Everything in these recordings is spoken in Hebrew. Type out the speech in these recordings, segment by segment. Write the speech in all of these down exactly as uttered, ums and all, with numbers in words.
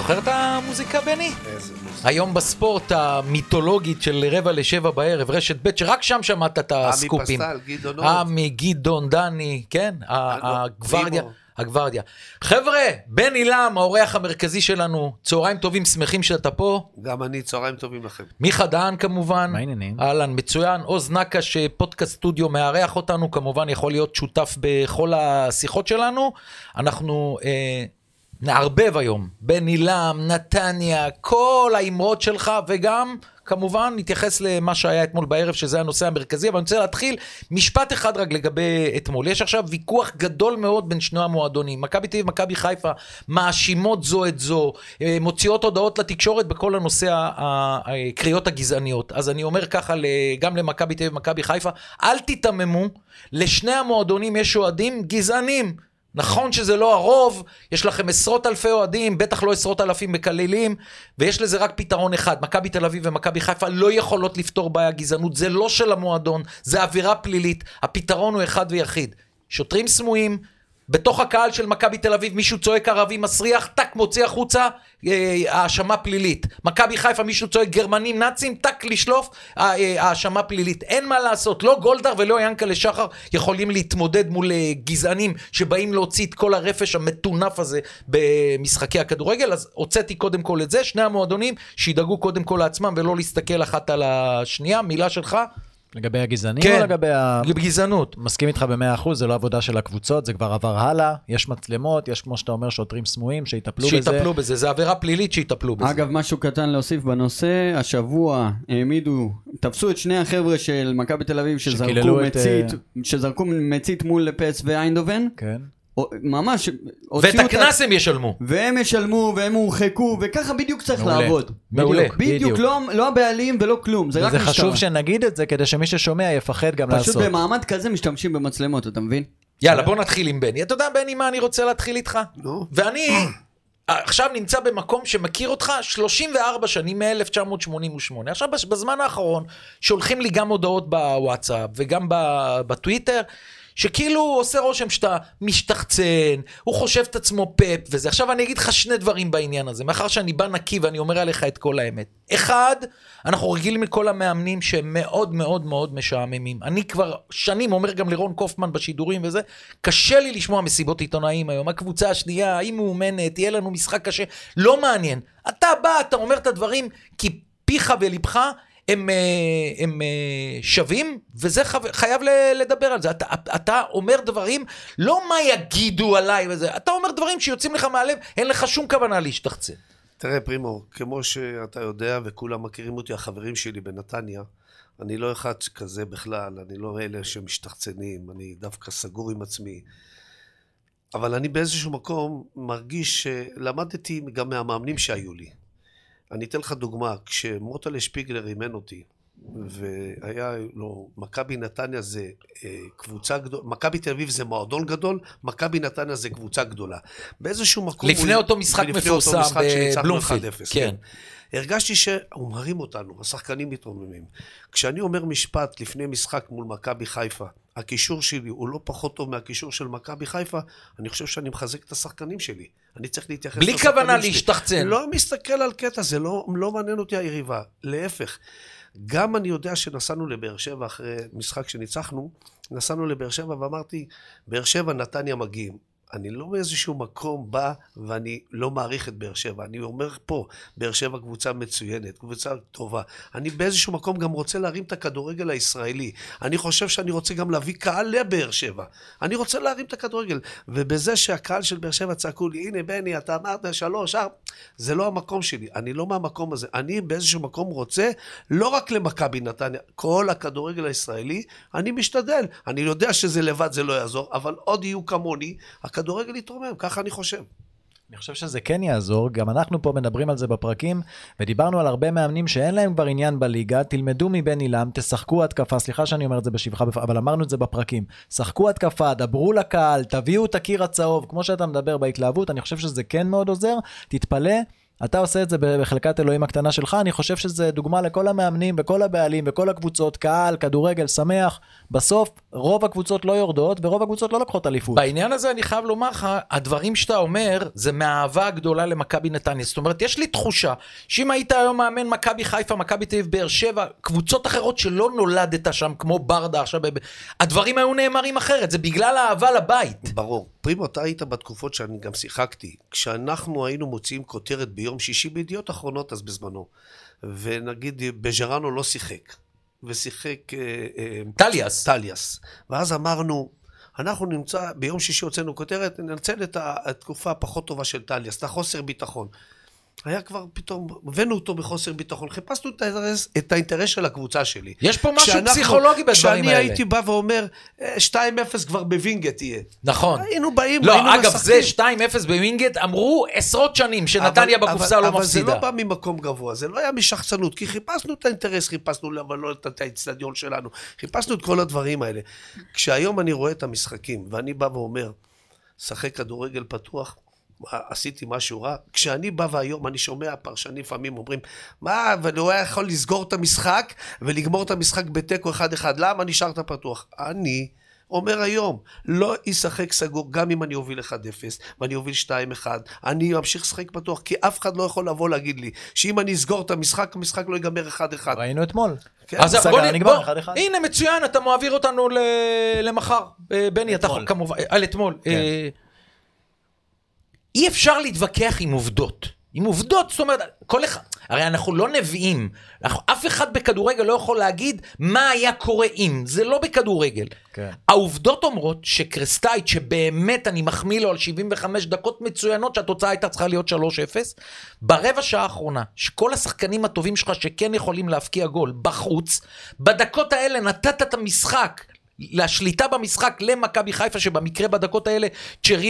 זוכר את המוזיקה, בני? איזה מוזיקה. היום בספורט המיתולוגית של רבע לשבע בערב, רשת ב' שרק שם שמעת את הסקופים. עמי פסל, גדעונות. עמי, גדעון, דני, כן? הגוורדיה. הגוורדיה. חבר'ה, בני לם, האורח המרכזי שלנו, צהריים טובים, שמחים שאתה פה. גם אני, צהריים טובים לכם. מיכה דהן כמובן. מה העניינים? אהלן, מצוין. עוז נקה שפודקאסט סטודיו מארח אותנו, כמובן יכול להיות שותף בכל השיחות שלנו. אנחנו אה, נערבב היום, בני לם, נתניה, כל האמרות שלך, וגם כמובן נתייחס למה שהיה אתמול בערב, שזה הנושא המרכזי, אבל אני רוצה להתחיל משפט אחד רק לגבי אתמול. יש עכשיו ויכוח גדול מאוד בין שני המועדונים, מכבי תל אביב ומכבי חיפה, מאשימות זו את זו, מוציאות הודעות לתקשורת בכל הנושא הקריאות הגזעניות. אז אני אומר ככה גם למכבי תל אביב ומכבי חיפה, אל תתממו, לשני המועדונים יש אוהדים גזענים. נכון שזה לא הרוב, יש לכם עשרות אלפי אוהדים, בטח לא עשרות אלפים מקללים, ויש לזה רק פתרון אחד, מכבי תל אביב ומכבי חיפה לא יכולות לפתור בעיה גזענות, זה לא של המועדון, זה עבירה פלילית, הפתרון הוא אחד ויחיד, שוטרים סמויים, בתוך הקהל של מכבי תל אביב מישהו צועק ערבי מסריח, טק מוציא החוצה, האשמה פלילית. מכבי חיפה מישהו צועק גרמנים נאצים, טק לשלוף, האשמה פלילית. אין מה לעשות, לא גולדהר ולא ינקלה שחר יכולים להתמודד מול גזענים שבאים להוציא את כל הרפש המטונף הזה במשחקי הכדורגל. אז הוצאתי קודם כל את זה, שני המועדונים שידאגו קודם כל לעצמם ולא להסתכל אחת על השנייה. מילה שלך? לגבי הגזענים כן, או לגבי ה... גזענות. מסכים איתך במאה אחוז, זה לא עבודה של הקבוצות, זה כבר עבר הלאה, יש מצלמות, יש כמו שאתה אומר שוטרים סמויים שיטפלו בזה. שיטפלו בזה, זה עבירה פלילית שיטפלו בזה. אגב, משהו קטן להוסיף בנושא, השבוע העמידו, תפסו את שני החבר'ה של מכבי תל אביב שזרקו מצית, את... שזרקו מצית מול פס ואיינדובן. כן. ממש, ואת הכנס הם ישלמו. והם ישלמו, והם הורחקו, וככה בדיוק צריך מעולה. לעבוד. מעולה. בדיוק, בדיוק. לא, לא הבעלים ולא כלום, זה רק משטרה. וזה חשוב שנגיד את זה, כדי שמי ששומע יפחד גם פשוט לעשות. פשוט במעמד כזה משתמשים במצלמות, אתה מבין? יאללה, בוא נתחיל עם בני. אתה יודע, בני, מה אני רוצה להתחיל איתך? נו. ואני עכשיו נמצא במקום שמכיר אותך שלושים וארבע שנים מ-אלף תשע מאות שמונים ושמונה. עכשיו, בזמן האחרון, שולחים לי גם הודעות בוואטסאפ וגם בטוויטר, שכאילו הוא עושה רושם שאתה משתחצן, הוא חושב את עצמו פאפ וזה. עכשיו אני אגיד לך שני דברים בעניין הזה, מאחר שאני בא נקי ואני אומר עליך את כל האמת. אחד, אנחנו רגילים מכל המאמנים שהם מאוד מאוד מאוד משעממים. אני כבר שנים אומר גם לרון קופמן בשידורים וזה, קשה לי לשמוע מסיבות עיתונאים היום, הקבוצה השנייה, היא מאומנת, יהיה לנו משחק קשה, לא מעניין. אתה בא, אתה אומר את הדברים כי פיך ולבך, הם, הם שווים, וזה חייב לדבר על זה. אתה, אתה אומר דברים, לא מה יגידו עליי וזה, אתה אומר דברים שיוצאים לך מהלב, אין לך שום כוונה להשתחצן. תראה פרימו, כמו שאתה יודע וכולם מכירים אותי, החברים שלי בנתניה, אני לא אחד כזה בכלל, אני לא אלה שמשתחצנים, אני דווקא סגור עם עצמי, אבל אני באיזשהו מקום מרגיש שלמדתי גם מהמאמנים שהיו לי. אני אתן לך דוגמה, כשמוטלה שפיגלר אימן אותי, והיה לו, מכבי נתניה זה אה, קבוצה גדולה, מכבי תל אביב זה מועדון גדול, מכבי נתניה זה קבוצה גדולה. באיזשהו מקום... לפני הוא, אותו משחק מפורסם בבלומפילד, כן. כן. הרגשתי שהוא מרים אותנו, השחקנים מתרוממים. כשאני אומר משפט לפני משחק מול מכבי חיפה, הקישור שלי הוא לא פחות טוב מהקישור של מכבי חיפה, אני חושב שאני מחזק את השחקנים שלי. אני צריך להתייחס בלי כוונה להשתחצן. לא מסתכל על קטע, זה לא, לא מעניין אותי היריבה. להפך, גם אני יודע שנסענו לבאר שבע אחרי משחק שניצחנו, נסענו לבאר שבע ואמרתי, באר שבע נתניה מגיעים. אני לא באיזשהו מקום בא ואני לא מעריך את באר שבע. אני אומר פה, באר שבע קבוצה מצוינת, קבוצה טובה. אני באיזשהו מקום גם רוצה להרים את הכדורגל הישראלי. אני חושב שאני רוצה גם להביא קהל לבאר שבע. אני רוצה להרים את הכדורגל. ובזה שהקהל של באר שבע צעקו לי, הנה בני, אתה אמרת שלוש, ארבע, זה לא המקום שלי. אני לא מהמקום הזה. אני באיזשהו מקום רוצה, לא רק למכבי נתניה, כל הכדורגל הישראלי, אני משתדל. אני יודע שזה לבד, זה לא יעזור, אבל עוד יהיו כמוני, הכדורגל יתרומם, ככה אני חושב. אני חושב שזה כן יעזור, גם אנחנו פה מדברים על זה בפרקים, ודיברנו על הרבה מאמנים שאין להם כבר עניין בליגה, תלמדו מבני לם, תשחקו התקפה, סליחה שאני אומר את זה בשבחה, אבל אמרנו את זה בפרקים, שחקו התקפה, דברו לקהל, תביאו את הקיר הצהוב, כמו שאתה מדבר בהתלהבות, אני חושב שזה כן מאוד עוזר, תתפלא, אתה עושה את זה בחלקת אלוהים הקטנה שלך, אני חושב שזה דוגמה לכל המאמנים וכל הבעלים וכל הקבוצות, קהל, כדורגל, שמח, בסוף רוב הקבוצות לא יורדות, ורוב הקבוצות לא לקחות אליפות. בעניין הזה אני חייב לומר לך, הדברים שאתה אומר, זה מהאהבה הגדולה למכבי נתניה. זאת אומרת, יש לי תחושה, שאם היית היום מאמן מכבי חיפה, מכבי תל אביב, באר שבע, קבוצות אחרות שלא נולדת שם, כמו ברדה עכשיו, הדברים היו נאמרים אחרת, זה בגלל האהבה לבית. ברור. פרימו, אתה היית בתקופות שאני גם שיחקתי, כשאנחנו היינו מוציאים כותרת ביום שישי בידיעות אחרונות אז בזמנו, ונגיד בז'רנו לא שיחק, ושיחק טליאס. טליאס. ואז אמרנו, אנחנו נמצא, ביום שישי הוצאנו כותרת, ננצל את התקופה הפחות טובה של טליאס, את החוסר ביטחון. היה כבר פתאום, הבאנו אותו בחוסר ביטחון, חיפשנו את האינטרס, את האינטרס של הקבוצה שלי. יש פה משהו פסיכולוגי בדברים האלה. כשאני הייתי בא ואומר, שתיים אפס כבר בווינגט יהיה. נכון. היינו באים, לא, היינו אגב, משחקים. זה שתיים אפס בווינגט, אמרו עשרות שנים שנתניה בקופסה לא אבל מפסידה. זה לא בא ממקום גבוה, זה לא היה משחצנות, כי חיפשנו את האינטרס, חיפשנו אבל לא את האצטדיון שלנו, חיפשנו את כל הדברים האלה. כשהיום אני רואה את המשחקים, ואני בא ואומר, שחק כדורגל פתוח, עשיתי משהו רע, כשאני בא והיום אני שומע פרשנים לפעמים אומרים, מה, אבל הוא היה יכול לסגור את המשחק ולגמור את המשחק בטקו אחד אחד, למה נשארת פתוח? אני אומר היום, לא ישחק סגור, גם אם אני אוביל אחד אפס ואני אוביל שתיים אחד, אני ממשיך לשחק פתוח, כי אף אחד לא יכול לבוא להגיד לי, שאם אני אסגור את המשחק, המשחק לא ייגמר אחד אחד. ראינו אתמול. כן. אז בוא נגמר אחד אחד. הנה מצוין, אתה מעביר אותנו למחר. בני, אתה כמובן, על אתמול. אי אפשר להתווכח עם עובדות. עם עובדות, זאת אומרת, כל אחד, הרי אנחנו לא נביאים, אנחנו, אף אחד בכדורגל לא יכול להגיד מה היה קורה אם, זה לא בכדורגל. כן. העובדות אומרות שקרסטייט, שבאמת אני מחמיא לו על שבעים וחמש דקות מצוינות, שהתוצאה הייתה צריכה להיות שלוש אפס, ברבע שעה האחרונה, שכל השחקנים הטובים שלך שכן יכולים להפקיע גול בחוץ, בדקות האלה נתת את המשחק, לשליטה במשחק למכבי חיפה, שבמקרה בדקות האלה צ'רי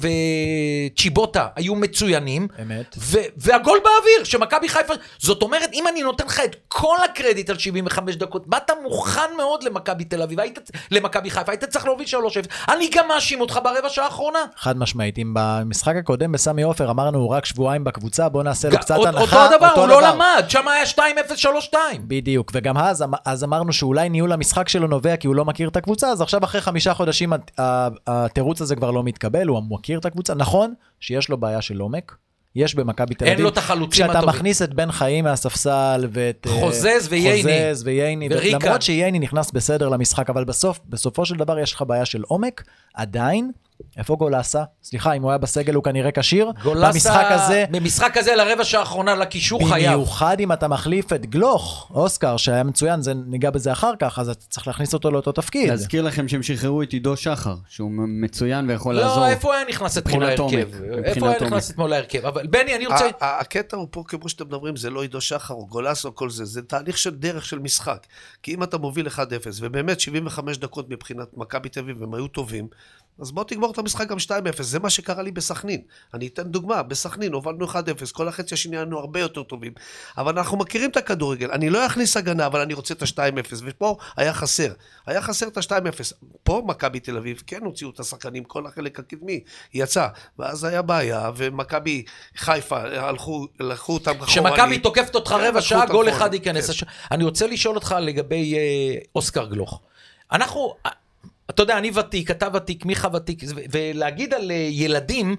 וצ'יבוטה היו מצוינים, אמת. והגול באוויר, שמכבי חיפה, זאת אומרת, אם אני נותן לך את כל הקרדיט על שבעים וחמש דקות, באת מוכן מאוד למכבי תל אביב, למכבי חיפה, היית צריך להוביל שלוש אפס, אני גם מאשים אותך ברבע שעה האחרונה. חד משמעית, אם במשחק הקודם בסמי עופר אמרנו רק שבועיים בקבוצה, בוא נעשה לו קצת הנחה. אותו הדבר, הוא לא למד, שם היה שתיים אפס שלוש שתיים. בדיוק, וגם אז, אז אמרנו שאולי ניהול המשחק שלו נובע כי הוא לא מכיר את הקבוצה, אז עכשיו אחרי חמישה חודשים התירוץ הזה כבר לא מתקבל, הוא מכיר את הקבוצה, נכון שיש לו בעיה של עומק, יש במכבי תל אביב, אין לו את החלוצים הטובים. כשאתה מכניס את בן חיים מהספסל, ואת חוזז וייני, חוזז וייני, למרות שייני נכנס בסדר למשחק, אבל בסוף, בסופו של דבר יש לך בעיה של עומק, עדיין, איפה גולסה? סליחה, אם הוא היה בסגל הוא כנראה קשיר. במשחק הזה, במשחק הזה לרבע שעה האחרונה לקישור חייב. במיוחד אם אתה מחליף את גלוך, אוסקר, שהיה מצוין, זה ניגע בזה אחר כך, אז אתה צריך להכניס אותו לאותו תפקיד. להזכיר לכם שהם שחררו את עידו שחר, שהוא מצוין ויכול לעזור. לא, איפה היה נכנס אתמול להרכב? איפה היה נכנס אתמול להרכב? אבל בני, אני רוצה... הקטע הוא פה, כמו שאתם מדברים, זה לא עידו שחר או גולסה או כל זה, זה תהליך של דרך של משחק. כי אם אתה מוביל אחד אפס, ובאמת שבעים וחמש דקות מבחינת מכבי תל אביב, הם היו טובים, אז בוא תגמור את המשחק גם שתיים אפס, זה מה שקרה לי בסכנין. אני אתן דוגמה, בסכנין הובלנו אחד אפס, כל החצי השני היינו הרבה יותר טובים, אבל אנחנו מכירים את הכדורגל, אני לא אכניס הגנה, אבל אני רוצה את ה-שתיים אפס, ופה היה חסר, היה חסר את ה-שתיים אפס, פה מכבי תל אביב, כן הוציאו את השחקנים, כל החלק הקדמי, יצא, ואז היה בעיה, ומכבי חיפה הלכו, לקחו אותם אחורנית. שמכבי תוקפת אותך רבע שעה, גול אחד ייכנס. אני רוצה לשאול אותך לגבי אוסקר גלוך. אנחנו... אתה יודע, אני ותיק, אתה ותיק, מיכה ותיק, ולהגיד על ילדים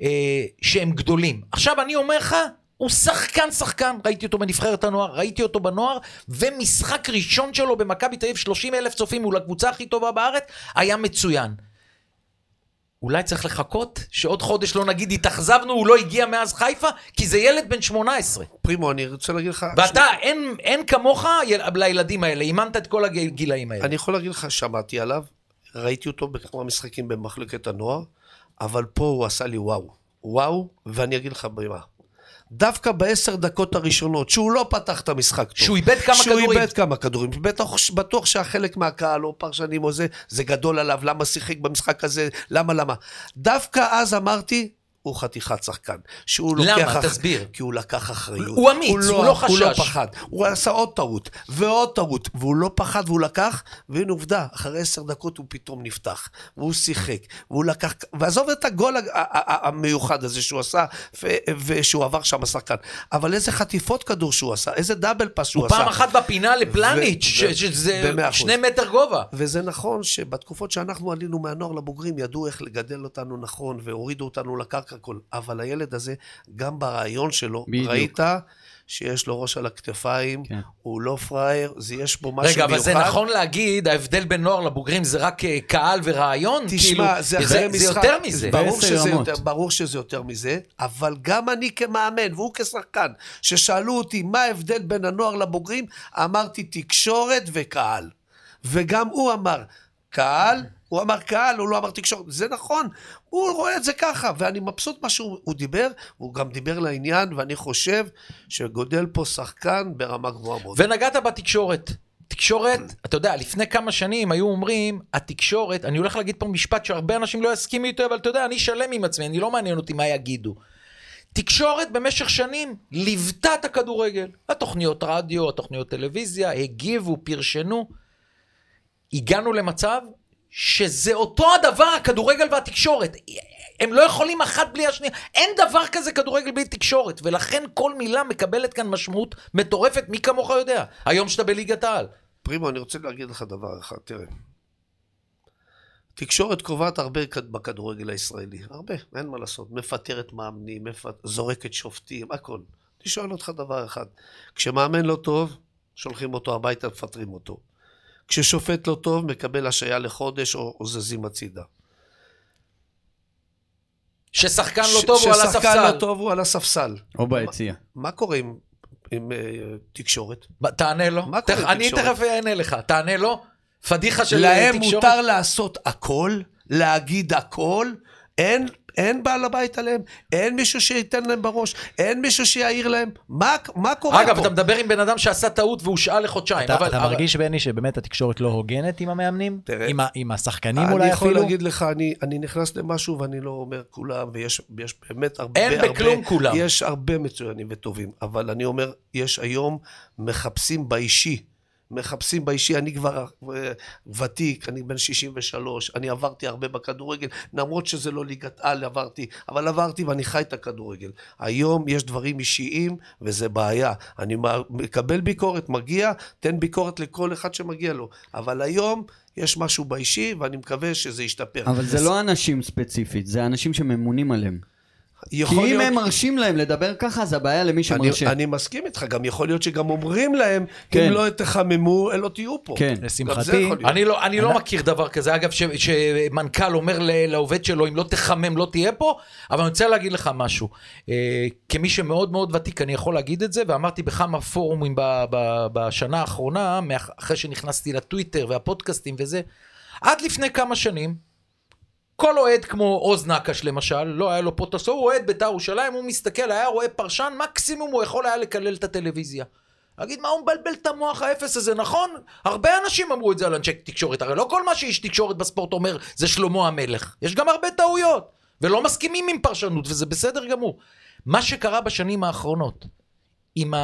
שהם גדולים. עכשיו אני אומר לך, הוא שחקן שחקן, ראיתי אותו בנבחרת הנוער, ראיתי אותו בנוער, ומשחק ראשון שלו במכבי תל אביב, שלושים אלף צופים מול הקבוצה הכי טובה בארץ, היה מצוין. אולי צריך לחכות שעוד חודש לא נגיד התאכזבנו, הוא לא הגיע מאז חיפה, כי זה ילד בן שמונה עשרה. פרימו, אני רוצה להגיד לך... ואתה, אין, אין כמוך לילדים האלה, אימנת את כל הגילאים האלה. אני יכול להגיד לך, שמעתי עליו, ראיתי אותו בכמה משחקים במחלקת הנוער, אבל פה הוא עשה לי וואו. וואו, ואני אגיד לך במה. דווקא בעשר דקות הראשונות, שהוא לא פתח את המשחק טוב. שהוא איבד כמה כדורים. שהוא איבד כמה כדורים. בטוח, בטוח שהחלק מהקהל או פרשנים או זה, זה גדול עליו, למה שיחק במשחק הזה, למה, למה. דווקא אז אמרתי, הוא חתיכת שחקן. שהוא למה? לוקח, תסביר. כי הוא לקח אחריות. הוא אמיץ, הוא, הוא לא חשש. הוא לא פחד. הוא עשה עוד טעות, ועוד טעות, והוא לא פחד והוא לקח, והנה עובדה, אחרי עשר דקות הוא פתאום נפתח, והוא שיחק, והוא לקח, ועזוב את הגול המיוחד הזה שהוא עשה, ושהוא עבר שם השחקן. אבל איזה חטיפות כדור שהוא עשה, איזה דאבל פס שהוא עשה. הוא פעם אחת בפינה לפלניץ', שזה שני מטר גובה. וזה נכון שבתקופות שאנחנו עלינו מהנוער לבוגרים, ידעו איך לגדל אותנו נכון, והורידו אותנו לקרקע כל. אבל הילד הזה, גם ברעיון שלו, בדיוק. ראית שיש לו ראש על הכתפיים, כן. הוא לא פראייר, זה יש בו משהו רגע, מיוחד. אבל זה נכון להגיד, ההבדל בין נוער לבוגרים זה רק קהל ורעיון? תשמע, כאילו, זה אחרי זה, משחק. זה יותר מזה. ברור שזה יותר, ברור שזה יותר מזה, אבל גם אני כמאמן, והוא כשחקן, ששאלו אותי מה ההבדל בין הנוער לבוגרים, אמרתי תקשורת וקהל. וגם הוא אמר, קהל, הוא אמר קהל, הוא לא אמר תקשורת, זה נכון, הוא רואה את זה ככה, ואני מבסוט מה שהוא דיבר, הוא גם דיבר לעניין, ואני חושב שגודל פה שחקן ברמה גבוהה מאוד. ונגעת בתקשורת, תקשורת, אתה יודע, לפני כמה שנים היו אומרים, התקשורת, אני הולך להגיד פה משפט שהרבה אנשים לא יסכימו איתו, אבל אתה יודע, אני שלם עם עצמי, אני לא מעניין אותי מה יגידו. תקשורת במשך שנים ליוותה את הכדורגל, התוכניות רדיו, התוכניות טלוויזיה, הגיבו, פרשנו, הגענו למצב שזה אותו הדבר, הכדורגל והתקשורת. הם לא יכולים אחת בלי השנייה. אין דבר כזה כדורגל בלי תקשורת, ולכן כל מילה מקבלת כאן משמעות מטורפת, מי כמוך יודע. היום שאתה בליגת העל. פרימו, אני רוצה להגיד לך דבר אחד, תראה. תקשורת קובעת הרבה בכדורגל הישראלי, הרבה, אין מה לעשות. מפטרת מאמנים, מפט... זורקת שופטים, הכל. אני שואל אותך דבר אחד. כשמאמן לא טוב, שולחים אותו הביתה, מפטרים אותו. כששופט לא טוב, מקבל השעיה לחודש או, או זזים הצידה. ששחקן לא טוב, ש- הוא על הספסל. ששחקן לא טוב, הוא על הספסל. או ביציע. מה, מה קורה עם, עם uh, תקשורת? תענה לו. מה קורה תכ... עם אני תקשורת? תכף אענה לך. תענה לו. פדיחה של להם תקשורת. מותר לעשות הכל, להגיד הכל, אין... אין בעל הבית עליהם, אין מישהו שייתן להם בראש, אין מישהו שיעיר להם, מה, מה קורה אגב, פה? אתה מדבר עם בן אדם שעשה טעות והוא שעה לחודשיים. אתה, אבל, אתה אבל... מרגיש, בני, שבאמת התקשורת לא הוגנת עם המאמנים? תראה, עם, ה, עם השחקנים אולי אפילו? אני יכול אפילו? להגיד לך, אני, אני נכנס למשהו ואני לא אומר כולם, ויש יש באמת הרבה, אין הרבה, בכלום כולם. יש הרבה מצוינים וטובים, אבל אני אומר, יש היום מחפשים באישי, מחפשים באישי, אני כבר ותיק, אני בן שישים ושלוש, אני עברתי הרבה בכדורגל, למרות שזה לא ליגת על עברתי, אבל עברתי ואני חי את הכדורגל. היום יש דברים אישיים וזה בעיה. אני מקבל ביקורת, מגיע, תן ביקורת לכל אחד שמגיע לו. אבל היום יש משהו באישי ואני מקווה שזה ישתפר. אבל זה לא אנשים ספציפית, זה אנשים שממונים עליהם. כי אם להיות... הם מרשים להם לדבר ככה, זה הבעיה למי שמרשה. אני, אני מסכים איתך, גם יכול להיות שגם אומרים להם, כן. אם לא תחממו, לא תהיו פה. כן. לשמחתי, אני לא, אני לא מכיר דבר כזה, אגב, ש, שמנכ"ל אומר לעובד שלו, אם לא תחמם, לא תהיה פה, אבל אני רוצה להגיד לך משהו. כמי שמאוד מאוד ותיק, אני יכול להגיד את זה, ואמרתי בכמה פורומים ב, ב, בשנה האחרונה, אחרי שנכנסתי לטוויטר והפודקאסטים וזה, עד לפני כמה שנים, כל אוהד כמו עוז נקש למשל, לא היה לו פוטוסו, הוא אוהד בית"ר ירושלים, הוא מסתכל, היה רואה פרשן, מקסימום הוא יכול היה לקלל את הטלוויזיה. להגיד, מה הוא מבלבל את המוח האפס הזה, נכון? הרבה אנשים אמרו את זה על אנשי תקשורת, הרי לא כל מה שיש תקשורת בספורט אומר, זה שלמה המלך. יש גם הרבה טעויות, ולא מסכימים עם פרשנות, וזה בסדר גמור. מה שקרה בשנים האחרונות, עם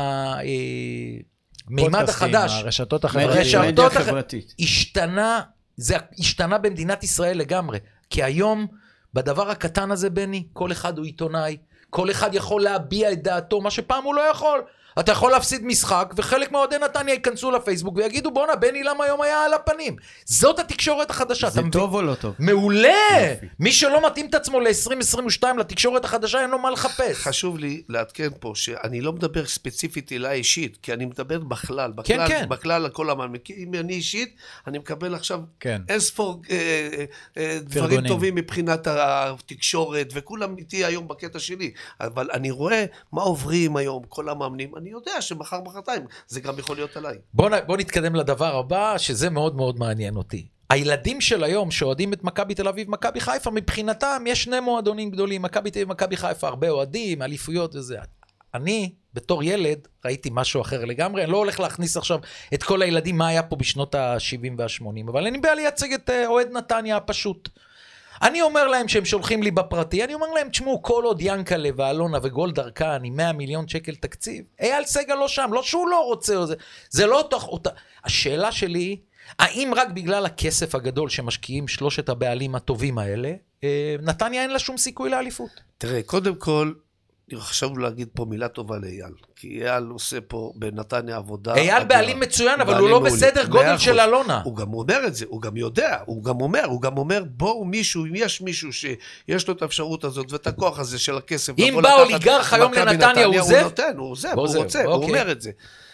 המימד החדש, הרשתות הרשתות החברתית, השתנה, זה השתנה במדינת ישראל לגמרי. כי היום, בדבר הקטן הזה, בני, כל אחד הוא עיתונאי, כל אחד יכול להביע את דעתו, מה שפעם הוא לא יכול. אתה יכול להפסיד משחק, וחלק מהאוהדי נתניה ייכנסו לפייסבוק, ויגידו, בונה, בני, למה היום היה על הפנים? זאת התקשורת החדשה. זה טוב או לא טוב? מעולה! מי שלא מתאים את עצמו ל-עשרים עשרים ושתיים לתקשורת החדשה, אין לו מה לחפש. חשוב לי לעדכן פה, שאני לא מדבר ספציפית אליי אישית, כי אני מדבר בכלל, בכלל, כן, כן. בכלל על כל המאמנים. כי אם אני אישית, אני מקבל עכשיו כן. אינספור אה, אה, דברים טובים מבחינת התקשורת, וכולם איתי היום בקטע שלי. אבל אני רואה מה עוברים היום כל המאמנים, אני יודע שמחר מחרתיים, זה גם יכול להיות עליי. בוא, בוא נתקדם לדבר הבא, שזה מאוד מאוד מעניין אותי. הילדים של היום שאוהדים את מכבי תל אביב, מכבי חיפה, מבחינתם יש שני מועדונים גדולים, מכבי תל אביב, מכבי חיפה, הרבה אוהדים, אליפויות וזה. אני, בתור ילד, ראיתי משהו אחר לגמרי, אני לא הולך להכניס עכשיו את כל הילדים, מה היה פה בשנות ה-שבעים וה-שמונים, אבל אני בא לייצג את אוהד נתניה הפשוט. אני אומר להם שהם שולחים לי בפרטי, אני אומר להם, תשמעו, כל עוד ינקלה ואלונה וגולדהר כאן עם מאה מיליון שקל תקציב, אייל סגל לא שם, לא שהוא לא רוצה, זה, זה לא אותך, אותה. השאלה שלי, האם רק בגלל הכסף הגדול שמשקיעים שלושת הבעלים הטובים האלה, נתניה אין לה שום סיכוי לאליפות? תראה, קודם כל, חשוב להגיד פה מילה טובה לאייל, כי אייל עושה פה בנתניה עבודה... אייל בעלים מצוין, אבל הוא לא בסדר גודל של אלונה. הוא גם אומר את זה, הוא גם יודע, הוא גם אומר, הוא גם אומר, בואו מישהו, אם יש מישהו שיש לו את האפשרות הזאת ואת הכוח הזה של הכסף... אם בא אוליגרך היום לנתניה, הוא עוזב? הוא נותן, הוא עוזב, הוא רוצה, הוא אומר את זה.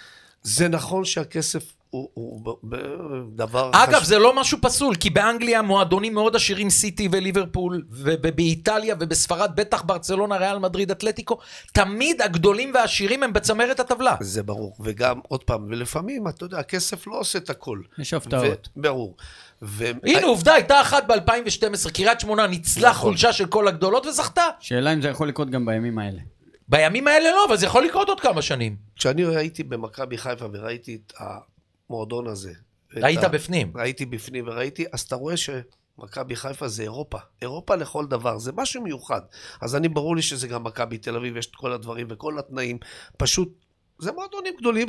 זה נכון שהכסף... הוא דבר... אגב, זה לא משהו פסול, כי באנגליה מועדונים מאוד עשירים, סיטי וליברפול, ובאיטליה ובספרד, בטח ברצלונה, ריאל מדריד, אתלטיקו, תמיד הגדולים והעשירים הם בצמרת הטבלה. זה ברור, וגם עוד פעם, ולפעמים, אתה יודע, הכסף לא עושה את הכל. יש הפתעות. ברור. הנה, עובדה, הייתה אחת ב-אלפיים ושתים עשרה, קריית שמונה ניצלה חולשה של כל הגדולות וזכתה. שאלה אם זה יכול לקרות גם בימים האלה. בימים האלה לא, אבל זה יכול לקרות עוד כמה שנים. כשאני הייתי במכבי חיפה וראיתי את המועדון הזה. ראית ה... בפנים. ראיתי בפנים וראיתי, אז אתה רואה שמכבי חיפה זה אירופה. אירופה לכל דבר, זה משהו מיוחד. אז אני ברור לי שזה גם מכבי תל אביב, יש את כל הדברים וכל התנאים. פשוט, זה מועדונים גדולים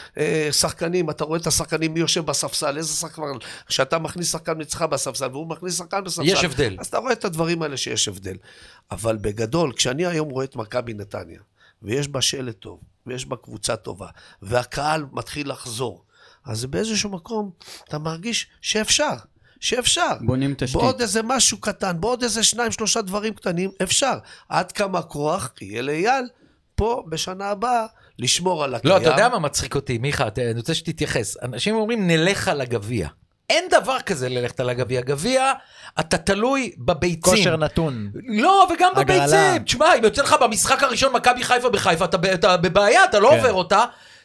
ששחקנים, אתה רואה את השחקנים, מי יושב בספסל, איזה שחקן, כשאתה מכניס שחקן מצחה בספסל, והוא מכניס שחקן בספסל. יש הבדל. אז אתה רואה את הדברים האלה שיש הבדל. אבל בגדול, כשאני היום רואה את מכבי נתניה, ויש בה שלט טוב, ויש בה קבוצה טובה, והקהל מתחיל לחזור, אז באיזשהו מקום אתה מרגיש שאפשר, שאפשר. בונים תשתית. בעוד איזה משהו קטן, בעוד איזה שניים, שלושה דברים קטנים, אפשר. עד כמה כוח יהיה לאייל, פה בשנה הבאה, לשמור על הקיים. לא, אתה יודע מה מצחיק אותי, מיכה, אני רוצה שתתייחס. אנשים אומרים, נלך על הגביע. אין דבר כזה ללכת על הגביע. גביע, אתה תלוי בביצים. כושר נתון. לא, וגם בביצים. תשמע, אם יוצא לך במשחק הראשון מכבי חיפה בחיפה, אתה בבעיה, אתה לא עובר אותה.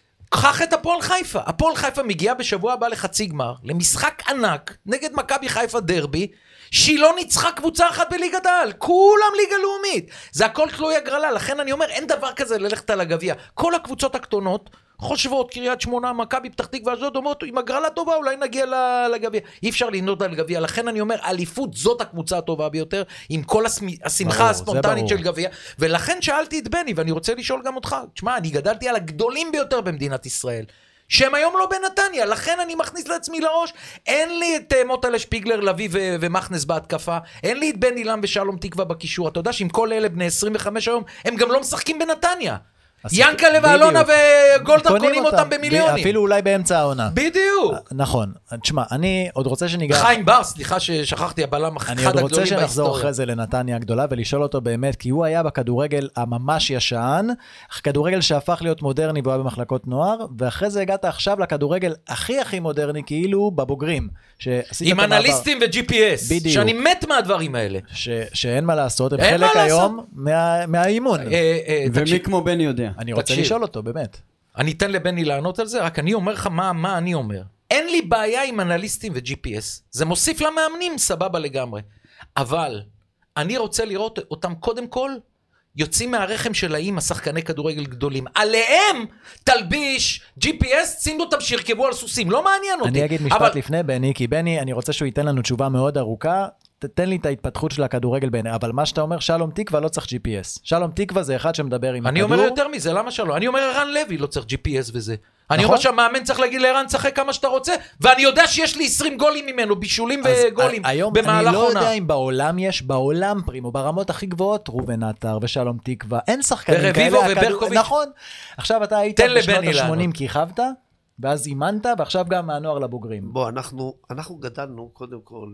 קח את הפועל חיפה. הפועל חיפה מגיעה בשבוע הבא לחצי גמר, למשחק ענק, נגד מכבי חיפה דרבי, שהיא לא ניצחה קבוצה אחת בליגת העל, כולם ליגה לאומית. זה הכל תלוי הגרלה, לכן אני אומר, אין דבר כזה ללכת על הגביע. כל הקבוצות הקטנות חושבות, קריית שמונה, מכבי פתח תקווה, זאת אומרת, עם הגרלה טובה אולי נגיע לגביע. אי אפשר לנהות על גביע, לכן אני אומר, אליפות זאת הקבוצה הטובה ביותר, עם כל השמחה הספונטנית של גביע, ולכן שאלתי את בני, ואני רוצה לשאול גם אותך, תשמע, אני גדלתי על הגדולים ביותר במדינת ישראל, שהם היום לא בנתניה, לכן אני מכניס לעצמי לראש, אין לי את מוטלה שפיגלר, לוי ו- ומכנס בהתקפה, אין לי את בן אילם ושלום תקווה בקישור, אתה יודע שאם כל אלה בני עשרים וחמש היום, הם גם לא משחקים בנתניה. ינקלה ואלונה וגולדהר קונים אותם במיליונים. אפילו אולי באמצע העונה. בדיוק. נכון. תשמע, אני עוד רוצה שניגע... חיים בר, סליחה ששכחתי, הבלם אחד הגדולים בהיסטוריה. אני עוד רוצה שנחזור אחרי זה לנתניה הגדולה, ולשאול אותו באמת, כי הוא היה בכדורגל הממש ישן, כדורגל שהפך להיות מודרני, והוא היה במחלקות נוער, ואחרי זה הגעת עכשיו לכדורגל הכי הכי מודרני, כאילו בבוגרים. עם אנליסטים ו-ג'י פי אס. בדיוק. שאני מת מהדברים האלה. שאין מה לעשות, הם חלק היום מהאימון. ומי כמו בני יודע. אני רוצה לשאול אותו, באמת. אני אתן לבני לענות על זה, רק אני אומר לך מה, מה אני אומר. אין לי בעיה עם אנליסטים ו-ג'י פי אס. זה מוסיף למאמנים, סבבה לגמרי. אבל אני רוצה לראות אותם קודם כל, יוצאים מהרחם שלהם השחקני כדורגל גדולים. עליהם תלביש ג'י פי אס, שימו אותם שירכבו על סוסים. לא מעניין אותי. אני אגיד משפט אבל... לפני בני, כי בני, אני רוצה שהוא ייתן לנו תשובה מאוד ארוכה. תתן לי את ההתפתחות של הכדורגל בעיני, אבל מה שאתה אומר, שלום תקווה לא צריך ג'י פי אס. שלום תקווה זה אחד שמדבר עם אני הכדור. אומר יותר מזה, למה שלום? אני אומר ערן לוי לא צריך ג'י פי אס וזה. אני אומר שהמאמן צריך להגיד לערן צחק כמה שאתה רוצה, ואני יודע שיש לי עשרים גולים ממנו, בישולים וגולים במהלך אני לא עונה. יודע אם בעולם יש, בעולם פרימו, ברמות הכי גבוהות, רובן עטר ושלום תקווה, אין שחקנים ורביבו וברקוביץ'. נכון. עכשיו אתה היית בשנות ה-שמונים כי חבת, ואז אימנת, ועכשיו גם מהנוער לבוגרים. בוא, אנחנו, אנחנו גדלנו קודם כל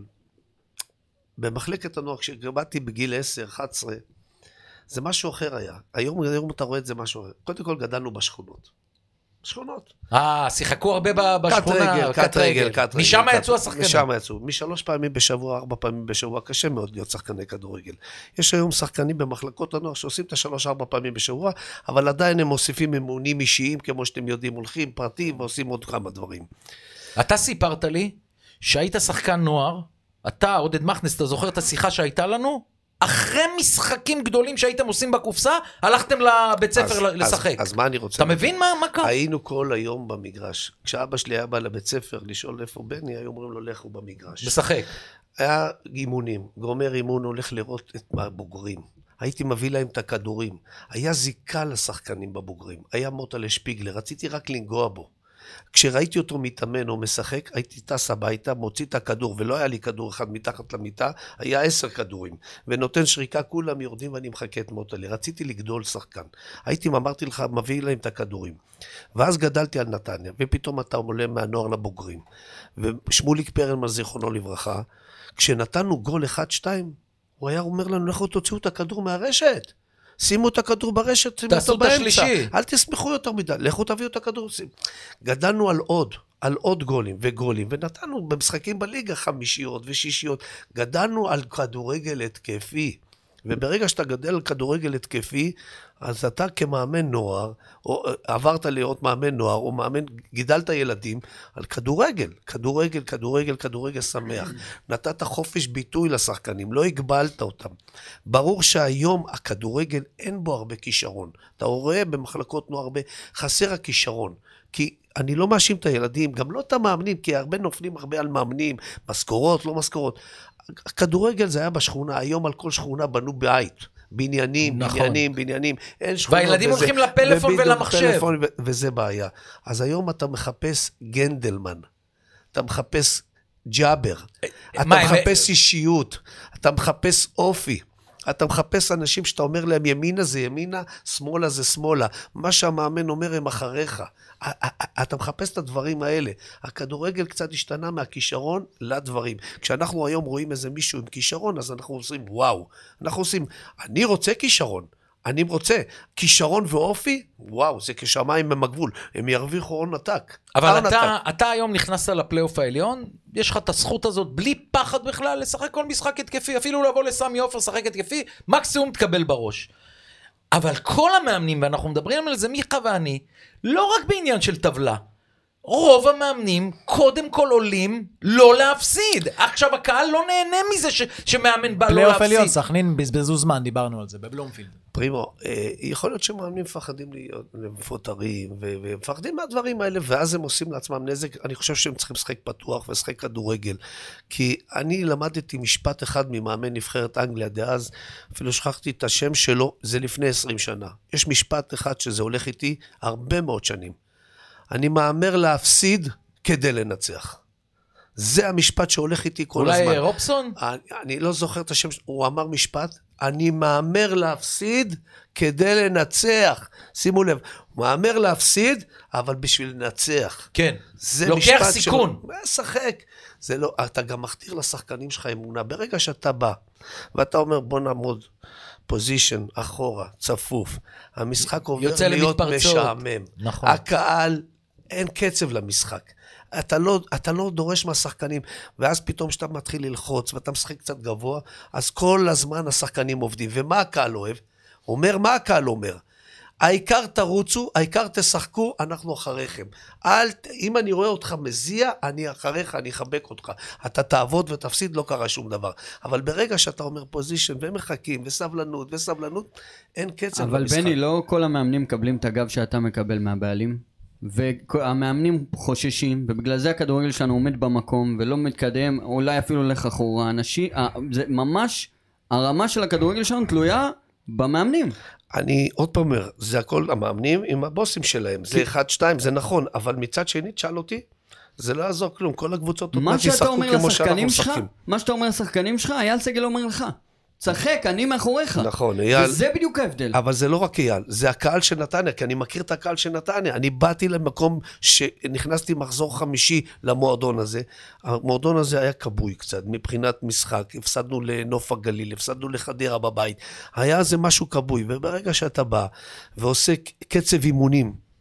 במחלקת הנוער, כשגרבתי בגיל עשר, אחת עשרה, זה משהו אחר היה. היום, היום אתה רואה את זה משהו אחר. קודם כל גדלנו בשכונות. שכונות. אה, שיחקו הרבה בשכונה. קט רגל, קט רגל. משם יצאו השחקנים. משם יצאו. משלוש פעמים בשבוע, ארבע פעמים בשבוע, קשה מאוד להיות שחקני כדורגל. יש היום שחקנים במחלקות הנוער שעושים את השלוש, ארבע פעמים בשבוע, אבל עדיין הם מוסיפים אימונים אישיים, כמו שאתם יודעים, הולכים פרטים ועושים עוד כמה דברים. אתה סיפרת לי שהיית שחקן נוער, אתה, עודד מכנס, אתה זוכר את השיחה שהייתה לנו? אחרי משחקים גדולים שהייתם עושים בקופסה, הלכתם לבית ספר אז, לשחק. אז, אז מה אני רוצה? אתה מבין מה, מה קרה? היינו כל היום במגרש. כשאבא שלי היה בא לבית ספר לשאול איפה בני, היו אומרים לו, לכו במגרש. לשחק. היה אימונים, גומר אימון הולך לראות את הבוגרים. הייתי מביא להם את הכדורים. היה זיקה לשחקנים בבוגרים. היה מוטלה שפיגלר, רציתי רק לנגוע בו. כשראיתי אותו מתאמן או משחק, הייתי טס הביתה, מוציא את הכדור, ולא היה לי כדור אחד מתחת למיטה, היה עשר כדורים, ונותן שריקה, כולם יורדים ואני מחכה את מוטלה. רציתי לגדול שחקן. הייתי, אמרתי לך, מביא להם את הכדורים. ואז גדלתי על נתניה, ופתאום אתה עולה מהנוער לבוגרים. ושמוליק פרלמן, זיכרונו לברכה, כשנתנו גול אחד שתיים, הוא היה אומר לנו, לכו תוציאו את הכדור מהרשת. שימו את הכדור ברשת, שימו אותו באמצע. אל תסמכו יותר מדי, לכו תביאו את הכדור. גדלנו על עוד, על עוד גולים וגולים, ונתנו במשחקים בליגה חמישיות ושישיות. גדלנו על כדורגל התקפי. וברגע שאתה גדל על כדורגל התקפי, אז אתה כמאמן נוער, או עברת להיות מאמן נוער, או מאמן, גידלת ילדים על כדורגל, כדורגל, כדורגל, כדורגל שמח. נתת חופש ביטוי לשחקנים, לא הגבלת אותם. ברור שהיום הכדורגל אין בו הרבה כישרון. אתה רואה במחלקות נוער הרבה, חסר הכישרון. כי אני לא מאשים את הילדים, גם לא את המאמנים, כי הרבה נופלים הרבה על מאמנים, משכורות, לא משכורות. הכדורגל זה היה בשכונה, היום על כל שכונה בנו בית, בניינים, נכון. בניינים, בניינים, אין שכונות. והילדים הולכים לפלאפון ולמחשב. פלאפון, ו- וזה בעיה. אז היום אתה מחפש גנדלמן, אתה מחפש ג'אבר, אתה מה, מחפש הם... אישיות, אתה מחפש אופי. אתה מחפש אנשים שאתה אומר להם ימינה זה ימינה, שמאלה זה שמאלה. מה שהמאמן אומר הם אחריך. אתה מחפש את הדברים האלה. הכדורגל קצת השתנה מהכישרון לדברים. כשאנחנו היום רואים איזה מישהו עם כישרון, אז אנחנו עושים וואו. אנחנו עושים, אני רוצה כישרון. אני רוצה כישרון ואופי, וואו, זה כשמיים במגבול. הם ירוויחו הון עתק. אבל אתה, אתה היום נכנסת לפלייאוף העליון, יש לך את הזכות הזאת בלי פחד בכלל לשחק כל משחק התקפי, אפילו לבוא לסמי עופר לשחק התקפי, מקסימום תקבל בראש. אבל כל המאמנים, ואנחנו מדברים על זה מיכה ואני, לא רק בעניין של טבלה, רוב המאמנים קודם כל עולים לא להפסיד. עכשיו הקהל לא נהנה מזה ש, שמאמן בא לא להפסיד. פלייאוף עליון, סכנין בזבזו זמן, דיברנו על זה, בבלומפילד. פרימו, יכול להיות שמאמנים מפחדים להיות מפוטרים, ומפחדים מהדברים האלה, ואז הם עושים לעצמם נזק. אני חושב שהם צריכים לשחק פתוח ולשחק כדורגל. כי אני למדתי משפט אחד ממאמן נבחרת אנגליה דאז, אפילו שכחתי את השם שלו, זה לפני עשרים שנה. יש משפט אחד שזה הולך איתי הרבה מאוד שנים. אני מאמר להפסיד כדי לנצח. זה המשפט שהולך איתי כל אולי הזמן. אולי רובסון? אני, אני לא זוכר את השם, הוא אמר משפט, אני מאמר להפסיד כדי לנצח. שימו לב, הוא מאמר להפסיד, אבל בשביל לנצח. כן, זה לוקח סיכון. שחק. זה לא, אתה גם מכתיר לשחקנים שלך אמונה. ברגע שאתה בא, ואתה אומר בוא נעמוד, פוזישן, אחורה, צפוף. המשחק עובר להיות משעמם. נכון. הקהל, אין קצב למשחק. אתה לא, אתה לא דורש מהשחקנים, ואז פתאום שאתה מתחיל ללחוץ, ואתה משחק קצת גבוה, אז כל הזמן השחקנים עובדים. ומה הקהל אוהב? אומר, מה הקהל אומר? העיקר תרוצו, העיקר תשחקו, אנחנו אחריכם. אל, אם אני רואה אותך מזיע, אני אחריך, אני אחבק אותך. אתה תעבוד ותפסיד, לא קרה שום דבר. אבל ברגע שאתה אומר פוזישן ומחכים, וסבלנות, וסבלנות, אין קצב אבל במשחק. בני, לא כל המאמנים מקבלים את הגב שאתה מקבל מהבעלים, והמאמנים חוששים, ובגלל זה הכדורגל שלנו עומד במקום, ולא מתקדם, אולי אפילו לך אחורה. אנשים, זה ממש, הרמה של הכדורגל שלנו תלויה במאמנים. אני עוד פעם אומר, זה הכל המאמנים עם הבוסים שלהם, זה אחד, שתיים, זה נכון, אבל מצד שני, תשאל אותי, זה לא יעזור כלום, כל הקבוצות עוד מעט ישחקו כמו שאנחנו משחקים. מה שאתה אומר לשחקנים שלך, אייל סגל אומר לך, צחק, אני מאחוריך. נכון, אייל. וזה בדיוק ההבדל. אבל זה לא רק אייל, זה הקהל של נתניה, כי אני מכיר את הקהל של נתניה. אני באתי למקום שנכנסתי מחזור חמישי למועדון הזה. המועדון הזה היה קבוי קצת, מבחינת משחק. הפסדנו לנוף הגליל, הפסדנו לחדרה בבית. היה זה משהו קבוי, וברגע שאתה בא ועושה קצב אימונים,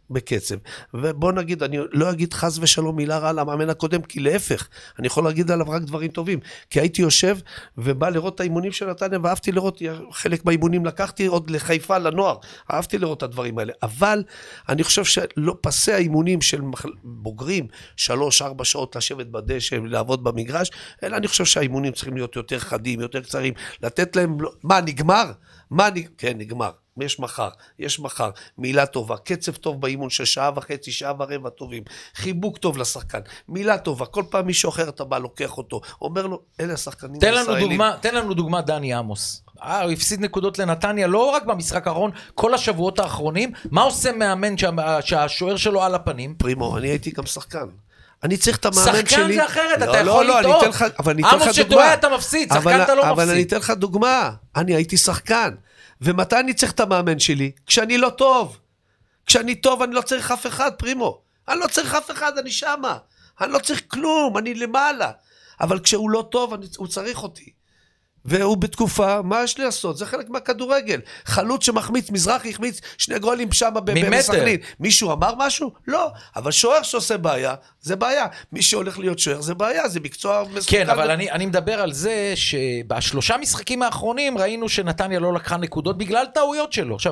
בקצב. ובוא נגיד, אני לא אגיד חס ושלום מילה רע על המאמן הקודם, כי להפך, אני יכול להגיד עליו רק דברים טובים. כי הייתי יושב ובא לראות את האימונים של נתניה, ואהבתי לראות, חלק מהאימונים לקחתי עוד לחיפה, לנוער, אהבתי לראות את הדברים האלה. אבל אני חושב שלא פסי האימונים של בוגרים, שלוש, ארבע שעות לשבת בדשא, לעבוד במגרש, אלא אני חושב שהאימונים צריכים להיות יותר חדים, יותר קצרים, לתת להם, מה, נגמר? מה, נגמר? כן, נגמר. יש מחר, יש מחר, מילה טובה, קצב טוב באימון של שעה וחצי, שעה ורבע טובים, חיבוק טוב לשחקן, מילה טובה, כל פעם מישהו אחר אתה בא, לוקח אותו, אומר לו, אלה השחקנים תן לנו דוגמה, תן לנו דוגמה דני עמוס. אה, הוא הפסיד נקודות לנתניה, לא רק במשחק האחרון, כל השבועות האחרונים, מה עושה מאמן שהשוער שלו על הפנים? פרימו, אני הייתי גם שחקן. אני צריך את המאמן שלי. שחקן זה אחרת, לא, אתה לא, יכול לא, לטעות. עמוס שטועה אתה מפסיד, שחקן אתה לא מפסיד. אבל אני אתן לך דוגמה, אני הייתי שחקן. ומתי אני צריך את המאמן שלי? כשאני לא טוב. כשאני טוב אני לא צריך אף אחד, פרימו. אני לא צריך אף אחד, אני שמה. אני לא צריך כלום, אני למעלה. אבל כשהוא לא טוב, אני, הוא צריך אותי. והוא בתקופה, מה יש לי לעשות? זה חלק מהכדורגל. חלוץ שמחמיץ, מזרחי החמיץ שני גולים שם בסכנין. מישהו אמר משהו? לא. אבל שוער שעושה בעיה, זה בעיה. מי שהולך להיות שוער, זה בעיה, זה מקצוע מסוכן. כן, אבל אני, אני מדבר על זה שבשלושה משחקים האחרונים ראינו שנתניה לא לקחה נקודות בגלל טעויות שלו. עכשיו,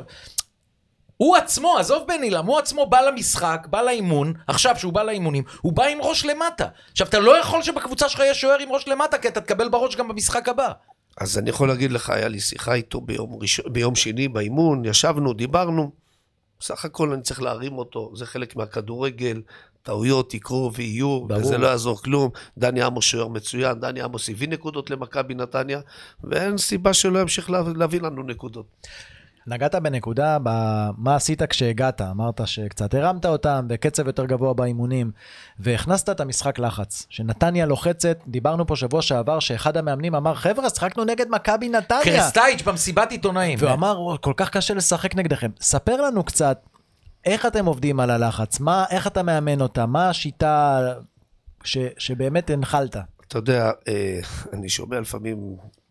הוא עצמו, עזוב בן אילם, הוא עצמו בא למשחק, בא לאימון, עכשיו שהוא בא לאימונים, הוא בא עם ראש למטה. עכשיו, אתה לא יכול שבקבוצה שלך יש שוער עם ראש למטה, כי אתה תקבל בראש גם במשחק הבא. אז אני יכול להגיד לך, היה לי שיחה איתו ביום, ראשון, ביום שני באימון, ישבנו, דיברנו, בסך הכל אני צריך להרים אותו, זה חלק מהכדורגל, טעויות יקרו ויהיו, ברור. וזה לא יעזור כלום. דני עמוס שוער מצוין, דני עמוס הביא נקודות למכבי נתניה, ואין סיבה שלא ימשיך להביא לנו נקודות. נגעת בנקודה, מה עשית כשהגעת? אמרת שקצת הרמת אותם, בקצב יותר גבוה באימונים, והכנסת את המשחק לחץ. שנתניה לוחצת, דיברנו פה שבוע שעבר, שאחד המאמנים אמר, חבר'ה, שחקנו נגד מכבי נתניה. קרסטייץ' במסיבת עיתונאים. והוא אמר, כל כך קשה לשחק נגדכם. ספר לנו קצת, איך אתם עובדים על הלחץ? מה, איך אתה מאמן אותה? מה השיטה ש, שבאמת הנחלת? אתה יודע, אני שומע לפעמים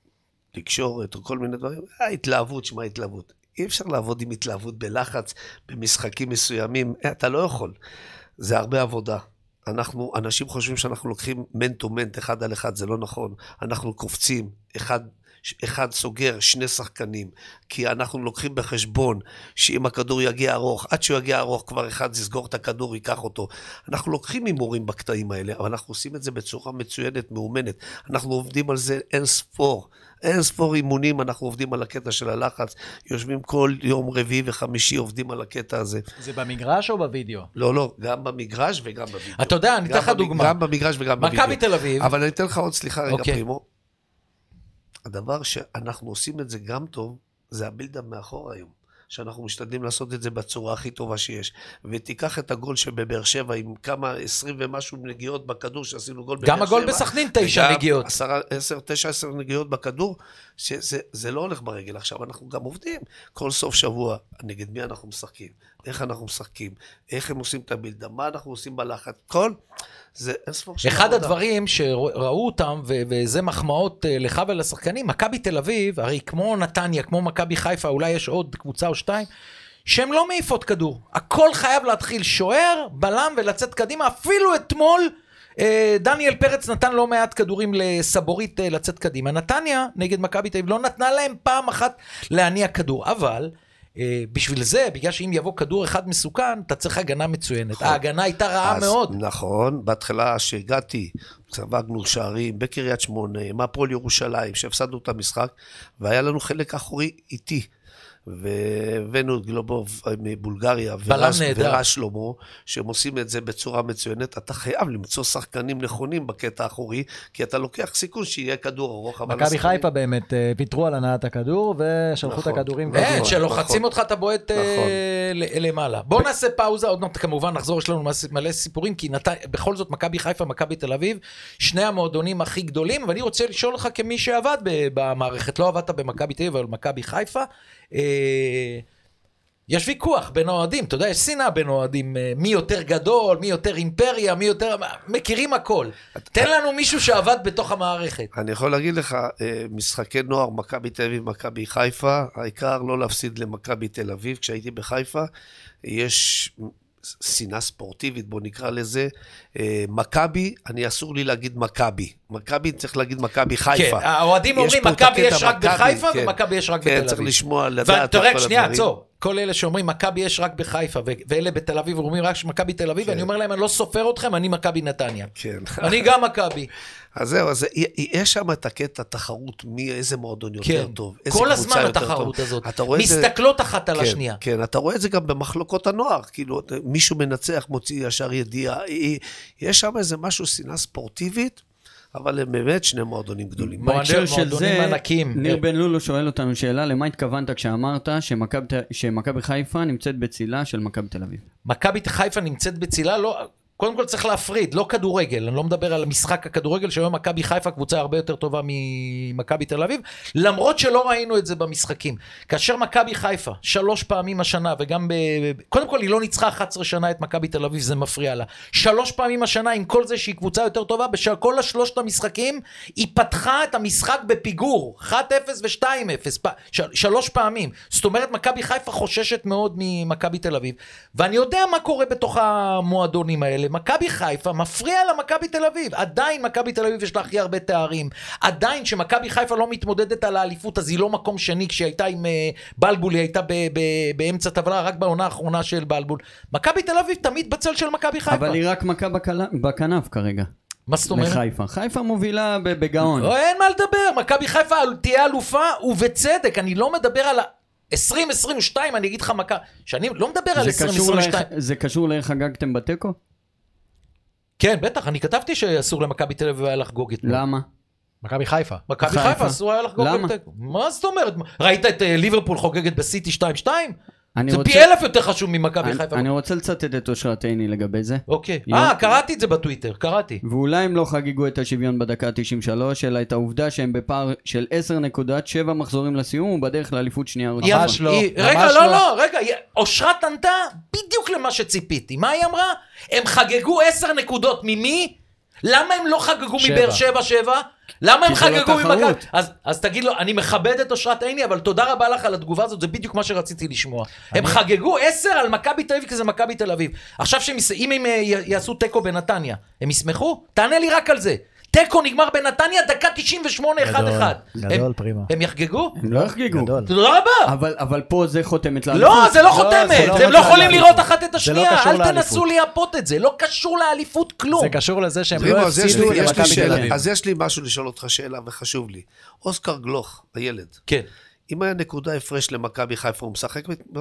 תקשורת או כל מיני דברים, התלהבות, שמה התלהבות. אי אפשר לעבוד עם התלהבות בלחץ, במשחקים מסוימים, אתה לא יכול. זה הרבה עבודה. אנחנו, אנשים חושבים שאנחנו לוקחים מנט-טו-מנט, אחד על אחד, זה לא נכון. אנחנו קופצים, אחד, אחד סוגר, שני שחקנים, כי אנחנו לוקחים בחשבון שאם הכדור יגיע ארוך, עד שהוא יגיע ארוך, כבר אחד יסגור את הכדור, ייקח אותו. אנחנו לוקחים הימורים בקטעים האלה, אבל אנחנו עושים את זה בצורה מצוינת, מאומנת. אנחנו עובדים על זה אין ספור. אין ספור אימונים, אנחנו עובדים על הקטע של הלחץ, יושבים כל יום רביעי וחמישי, עובדים על הקטע הזה. זה במגרש או בווידאו? לא, לא, גם במגרש וגם בווידאו. אתה יודע, אני אתן לך דוגמה. גם במגרש וגם בווידאו. מכבי תל אביב. אבל אני אתן לך עוד, סליחה רגע אוקיי. פרימו. הדבר שאנחנו עושים את זה גם טוב, זה הבילדאפ מאחור היום. שאנחנו משתדלים לעשות את זה בצורה הכי טובה שיש. ותיקח את הגול שבבאר שבע עם כמה עשרים ומשהו נגיעות בכדור שעשינו גול בבאר שבע. גם הגול בסכנין תשע נגיעות. עשר, תשע, עשר נגיעות בכדור, שזה זה לא הולך ברגל. עכשיו אנחנו גם עובדים. כל סוף שבוע, נגד מי אנחנו משחקים, איך אנחנו משחקים, איך הם עושים את הבילדאפ, מה אנחנו עושים בלחץ, כל זה אין ספור של אחד עבודה. הדברים שראו אותם, ו- וזה מחמאות לך ולשחקנים, מכבי תל אביב, הרי כמו נתניה, כמו מכבי חיפה, אולי יש עוד קבוצה או שתיים, שהם לא מעיפות כדור. הכל חייב להתחיל שוער, בלם ולצאת קדימה. אפילו אתמול דניאל פרץ נתן לא מעט כדורים לסבורית לצאת קדימה. נתניה נגד מכבי תל אביב לא נתנה להם פעם אחת להניע כדור, אבל בשביל זה, בגלל שאם יבוא כדור אחד מסוכן, אתה צריך הגנה מצוינת. ההגנה הייתה רעה מאוד. נכון, בהתחלה שהגעתי, ספגנו שערים בקריית שמונה, מהפועל ירושלים, שהפסדנו את המשחק, והיה לנו חלק אחורי איתי. והבאנו את גלובוב מבולגריה ורש שלמה, שהם עושים את זה בצורה מצוינת. אתה חייב למצוא שחקנים נכונים בקטע האחורי, כי אתה לוקח סיכון שיהיה כדור ארוך. מכבי חיפה באמת ויתרו על הנעת הכדור ושלחו את הכדורים. כן, שלוחצים אותך אתה בועט למעלה. בוא נעשה פאוזה, עוד מעט כמובן נחזור, יש לנו מלא סיפורים, כי בכל זאת מכבי חיפה, מכבי תל אביב, שני המועדונים הכי גדולים, ואני רוצה לשאול לך כמי שעבד במערכת, לא עבדת במכבי תל אביב, אבל מכבי חיפה, יש ויכוח בין אוהדים, אתה יודע, יש שנאה בין אוהדים, מי יותר גדול, מי יותר אימפריה, מי יותר, מכירים הכל. תן לנו מישהו שעבד בתוך המערכת. אני יכול להגיד לך, משחקי נוער, מכבי תל אביב, מכבי חיפה, העיקר לא להפסיד למכבי תל אביב, כשהייתי בחיפה, יש שנאה ספורטיבית, בוא נקרא לזה, מכבי, אני אסור לי להגיד מכבי. מכבי צריך להגיד מכבי חיפה. כן, האוהדים אומרים מכבי יש רק בחיפה ומכבי יש רק בתל אביב. כן, צריך לשמוע, לדעת. ותראה, שנייה, עצור. כל אלה שאומרים מכבי יש רק בחיפה, ואלה בתל אביב אומרים רק מכבי תל אביב, אני אומר להם, אני לא סופר אתכם, אני מכבי נתניה. כן. אני גם מכבי. אז זהו, אז יש שם את הקטע תחרות, מי, איזה מועדון יותר טוב, איזה כל קבוצה הזמן יותר טוב. התחרות הזאת. זה... מסתכלות אחת על כן, השנייה. כן, אתה רואה את זה גם במחלוקות הנוער, כאילו, מישהו מנצח, מוציא ישר ידיעה, יש שם איזה משהו, שנאה ספורטיבית, אבל הם באמת שני מועדונים גדולים. בהקשר של זה, ניר בן לולו שואל אותנו שאלה, למה התכוונת כשאמרת שמכבי חיפה נמצאת בצילה של מכבי תל אביב? מכבי חיפה נמצאת בצילה, לא... קודם כל צריך להפריד, לא כדורגל, אני לא מדבר על משחק הכדורגל, שהיום מכבי חיפה קבוצה הרבה יותר טובה ממכבי תל אביב, למרות שלא ראינו את זה במשחקים. כאשר מכבי חיפה, שלוש פעמים השנה, וגם ב... קודם כל היא לא ניצחה אחת עשרה שנה את מכבי תל אביב, זה מפריע לה. שלוש פעמים השנה, עם כל זה שהיא קבוצה יותר טובה, בכל השלושת המשחקים, היא פתחה את המשחק בפיגור, אחת אפס ו-שתיים אפס, פ... של... שלוש פעמים. זאת אומרת, מכבי חיפה חוששת מאוד ממכבי תל אביב, ואני יודע מה קורה בתוך המועדונים האלה. מכבי חיפה מפריע למכבי תל אביב, עדיין מכבי תל אביב יש לה הכי הרבה תארים, עדיין שמכבי חיפה לא מתמודדת על האליפות, אז היא לא מקום שני, כשהיא הייתה עם בלבול, היא הייתה ב- ב- באמצע טבלה, רק בעונה האחרונה של בלבול. מכבי תל אביב תמיד בצל של מכבי חיפה. אבל היא רק מכה בכנף כרגע. מה זאת אומרת? לחיפה. חיפה מובילה בגאון. אין מה לדבר, מכבי חיפה תהיה אלופה, ובצדק, אני לא מדבר על... עשרים עשרים ושתיים, אני אגיד לך מכה, שאני לא מדבר על עשרים עשרים ושתיים. זה קשור לאיך חגגתם בטקו? כן, בטח, אני כתבתי שאסור למכבי תל אביב היה לחגוג את... למה? מכבי חיפה. מכבי חיפה אסור היה לחגוג את... מה זאת אומרת? ראית את ליברפול חוגגת בסיטי שתיים שתיים? זה פי אלף יותר חשוב ממכבי חיפה. אני רוצה לצטט את אושרת עיני לגבי זה. אוקיי. אה, קראתי את זה בטוויטר, קראתי. ואולי הם לא חגיגו את השוויון בדקה תשעים ושלוש, אלא את העובדה שהם בפער של עשר נקודות שבע מחזורים לסיום, ובדרך לאליפות שנייה ראשונה. ממש לא. רגע, לא, לא, רגע, אושרת ענתה בדיוק למה שציפיתי. מה היא אמרה? הם חגגו עשר נקודות ממי? למה הם לא חגגו מבאר שבע שבע? למה הם חגגו ממכבי? אז, אז תגיד לו, אני מכבד את אושרת עיני, אבל תודה רבה לך על התגובה הזאת, זה בדיוק מה שרציתי לשמוע. אני... הם חגגו עשר על מכבי תל אביב, כי זה מכבי תל אביב. עכשיו שאם הם יעשו טקו בנתניה, הם ישמחו? תענה לי רק על זה. טקו נגמר בנתניה, דקה תשעים ושמונה, אחד אחד. גדול, פרימה. הם יחגגו? הם לא יחגגו. תודה רבה. אבל, אבל פה זה חותמת לאליפות. לא, זה לא חותמת. הם לא יכולים לראות אחת את השנייה. אל תנסו לייפות את זה. לא קשור לאליפות כלום. זה קשור לזה שהם לא הפסידו למכבי תל אביב. אז יש לי משהו לשאול אותך שאלה, וחשוב לי. אוסקר גלוך, הילד. כן. אם היה נקודה הפרש למכבי חיפה, הוא משחק?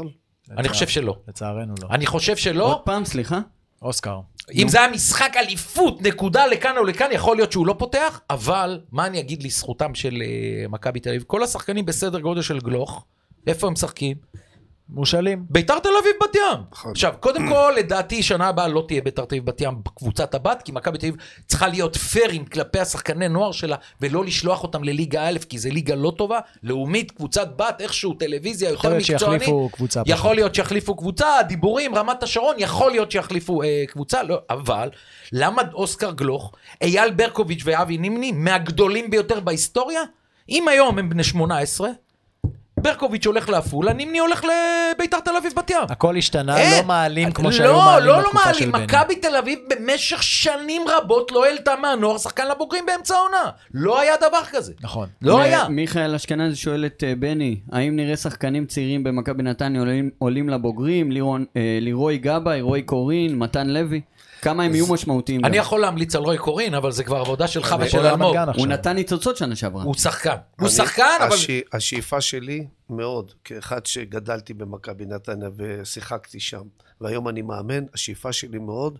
אני חושב שלא. לצערנו לא. אני חושב שלא. עוד פעם, סליחה. אוסקר. אם זה היה משחק אליפות, נקודה לכאן או לכאן, יכול להיות שהוא לא פותח, אבל מה אני אגיד לזכותם של uh, מכבי תל אביב? כל השחקנים בסדר גודל של גלוך, איפה הם משחקים? מושלים. ביתר תל אביב בת ים. עכשיו, קודם כל, לדעתי, שנה הבאה לא תהיה ביתר תל אביב בת ים בקבוצת הבת, כי מכבי תל אביב צריכה להיות פיירים כלפי השחקני נוער שלה, ולא לשלוח אותם לליגה א', כי זה ליגה לא טובה, לאומית, קבוצת בת, איכשהו טלוויזיה יותר מקצוענית. יכול להיות שיחליפו קבוצה, דיבורים, רמת השרון, יכול להיות שיחליפו אה, קבוצה, לא, אבל למה אוסקר גלוך, אייל ברקוביץ' ואבי נימני, מהגדולים ביותר בהיסטוריה? אם היום הם בני שמונה עשרה, ברקוביץ' הולך לעפולה, נימני הולך לביתר תל אביב בת ים. הכל השתנה, לא מעלים כמו שהיו לא, מעלים לא, בתקופה לא של בני. מכבי תל אביב במשך שנים רבות לא העלתה מהנוער שחקן לבוגרים באמצע העונה. לא היה דבר כזה. נכון. לא היה. מיכאל אשכנזי שואל את בני, האם נראה שחקנים צעירים במכבי נתניה עולים, עולים לבוגרים, לירון, אה, לירוי גבאי, רוי קורין, מתן לוי? כמה הם יהיו משמעותיים? אני יכול להמליץ על רוי קורין, אבל זה כבר עבודה שלך ושל אלמוג. הוא נתן ניצוצות שנה שעברה. הוא שחקן. הוא שחקן, אבל... השאיפה שלי מאוד, כאחד שגדלתי במכבי נתניה ושיחקתי שם, והיום אני מאמן, השאיפה שלי מאוד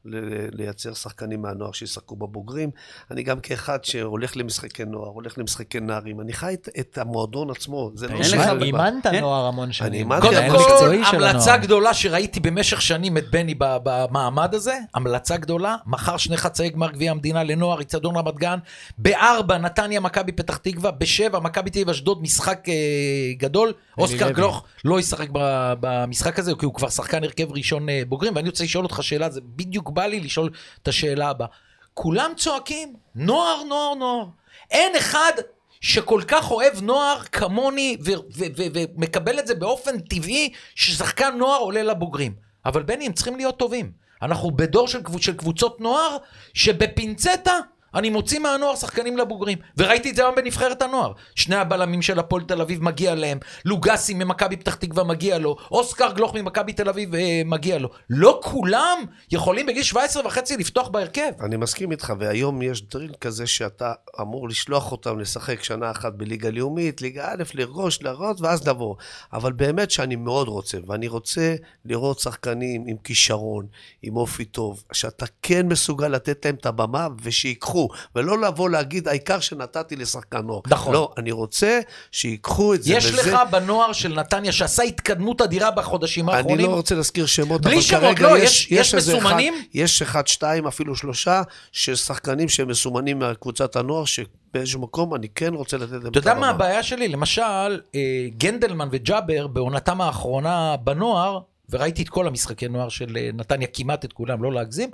לייצר שחקנים מהנוער שישחקו בבוגרים. אני גם כאחד שהולך למשחקי נוער, הולך למשחקי נערים, אני חי את, את המועדון עצמו. זה לא לך אימנת נוער המון שנים. קודם כל, המלצה גדולה שראיתי במשך שנים את בני במעמד הזה, המלצה גדולה, מחר שני חצאי גמר גביע המדינה לנוער, אצטדיון רמת גן, בארבע נתניה מכבי פתח תקווה, בשבע מכבי תל אביב אשדוד, משחק גדול, אוסקר גלוך לא ישחק במשחק הזה, כי הוא כבר שחקן הרכב ראשון בוגרים, ואני רוצה לשאול אותך שאלה, זה בדיוק בא לי לשאול את השאלה הבאה. כולם צועקים, נוער, נוער, נוער. אין אחד שכל כך אוהב נוער כמוני, ומקבל את זה באופן טבעי, ששחקן נוער עולה לבוגרים. אבל בני, הם צריכים להיות טובים. אנחנו בדור של, קבוצ... של קבוצות נוער, שבפינצטה, אני מוציא מהנוער שחקנים לבוגרים, וראיתי את זה היום בנבחרת הנוער. שני הבלמים של הפועל תל אביב מגיע להם, לוגסי ממכבי פתח תקווה מגיע לו, אוסקר גלוך ממכבי תל אביב אה, מגיע לו. לא כולם יכולים בגיל שבע עשרה וחצי לפתוח בהרכב. אני מסכים איתך, והיום יש דריל כזה שאתה אמור לשלוח אותם לשחק שנה אחת בליגה לאומית, ליגה א', לרגוש, לראות, ואז לבוא. אבל באמת שאני מאוד רוצה, ואני רוצה לראות שחקנים עם כישרון, עם אופי טוב, שאתה כן מסוגל לתת להם את הבמה ושיקחו. ולא לבוא להגיד, העיקר שנתתי לשחקן נוער. נכון. לא, אני רוצה שיקחו את זה. יש וזה... לך בנוער של נתניה שעשה התקדמות אדירה בחודשים האחרונים. אני לא רוצה להזכיר שמות, בלי אבל שמות, כרגע לא, יש, יש, יש יש מסומנים? אחד, יש אחד, שתיים, אפילו שלושה, ששחקנים שהם מסומנים מקבוצת הנוער, שבאיזשהו מקום אני כן רוצה לתת להם. אתה יודע מה הבעיה שלי? למשל, גנדלמן וג'אבר בעונתם האחרונה בנוער, וראיתי את כל המשחקי נוער של נתניה, כמעט את כולם, לא להגזים,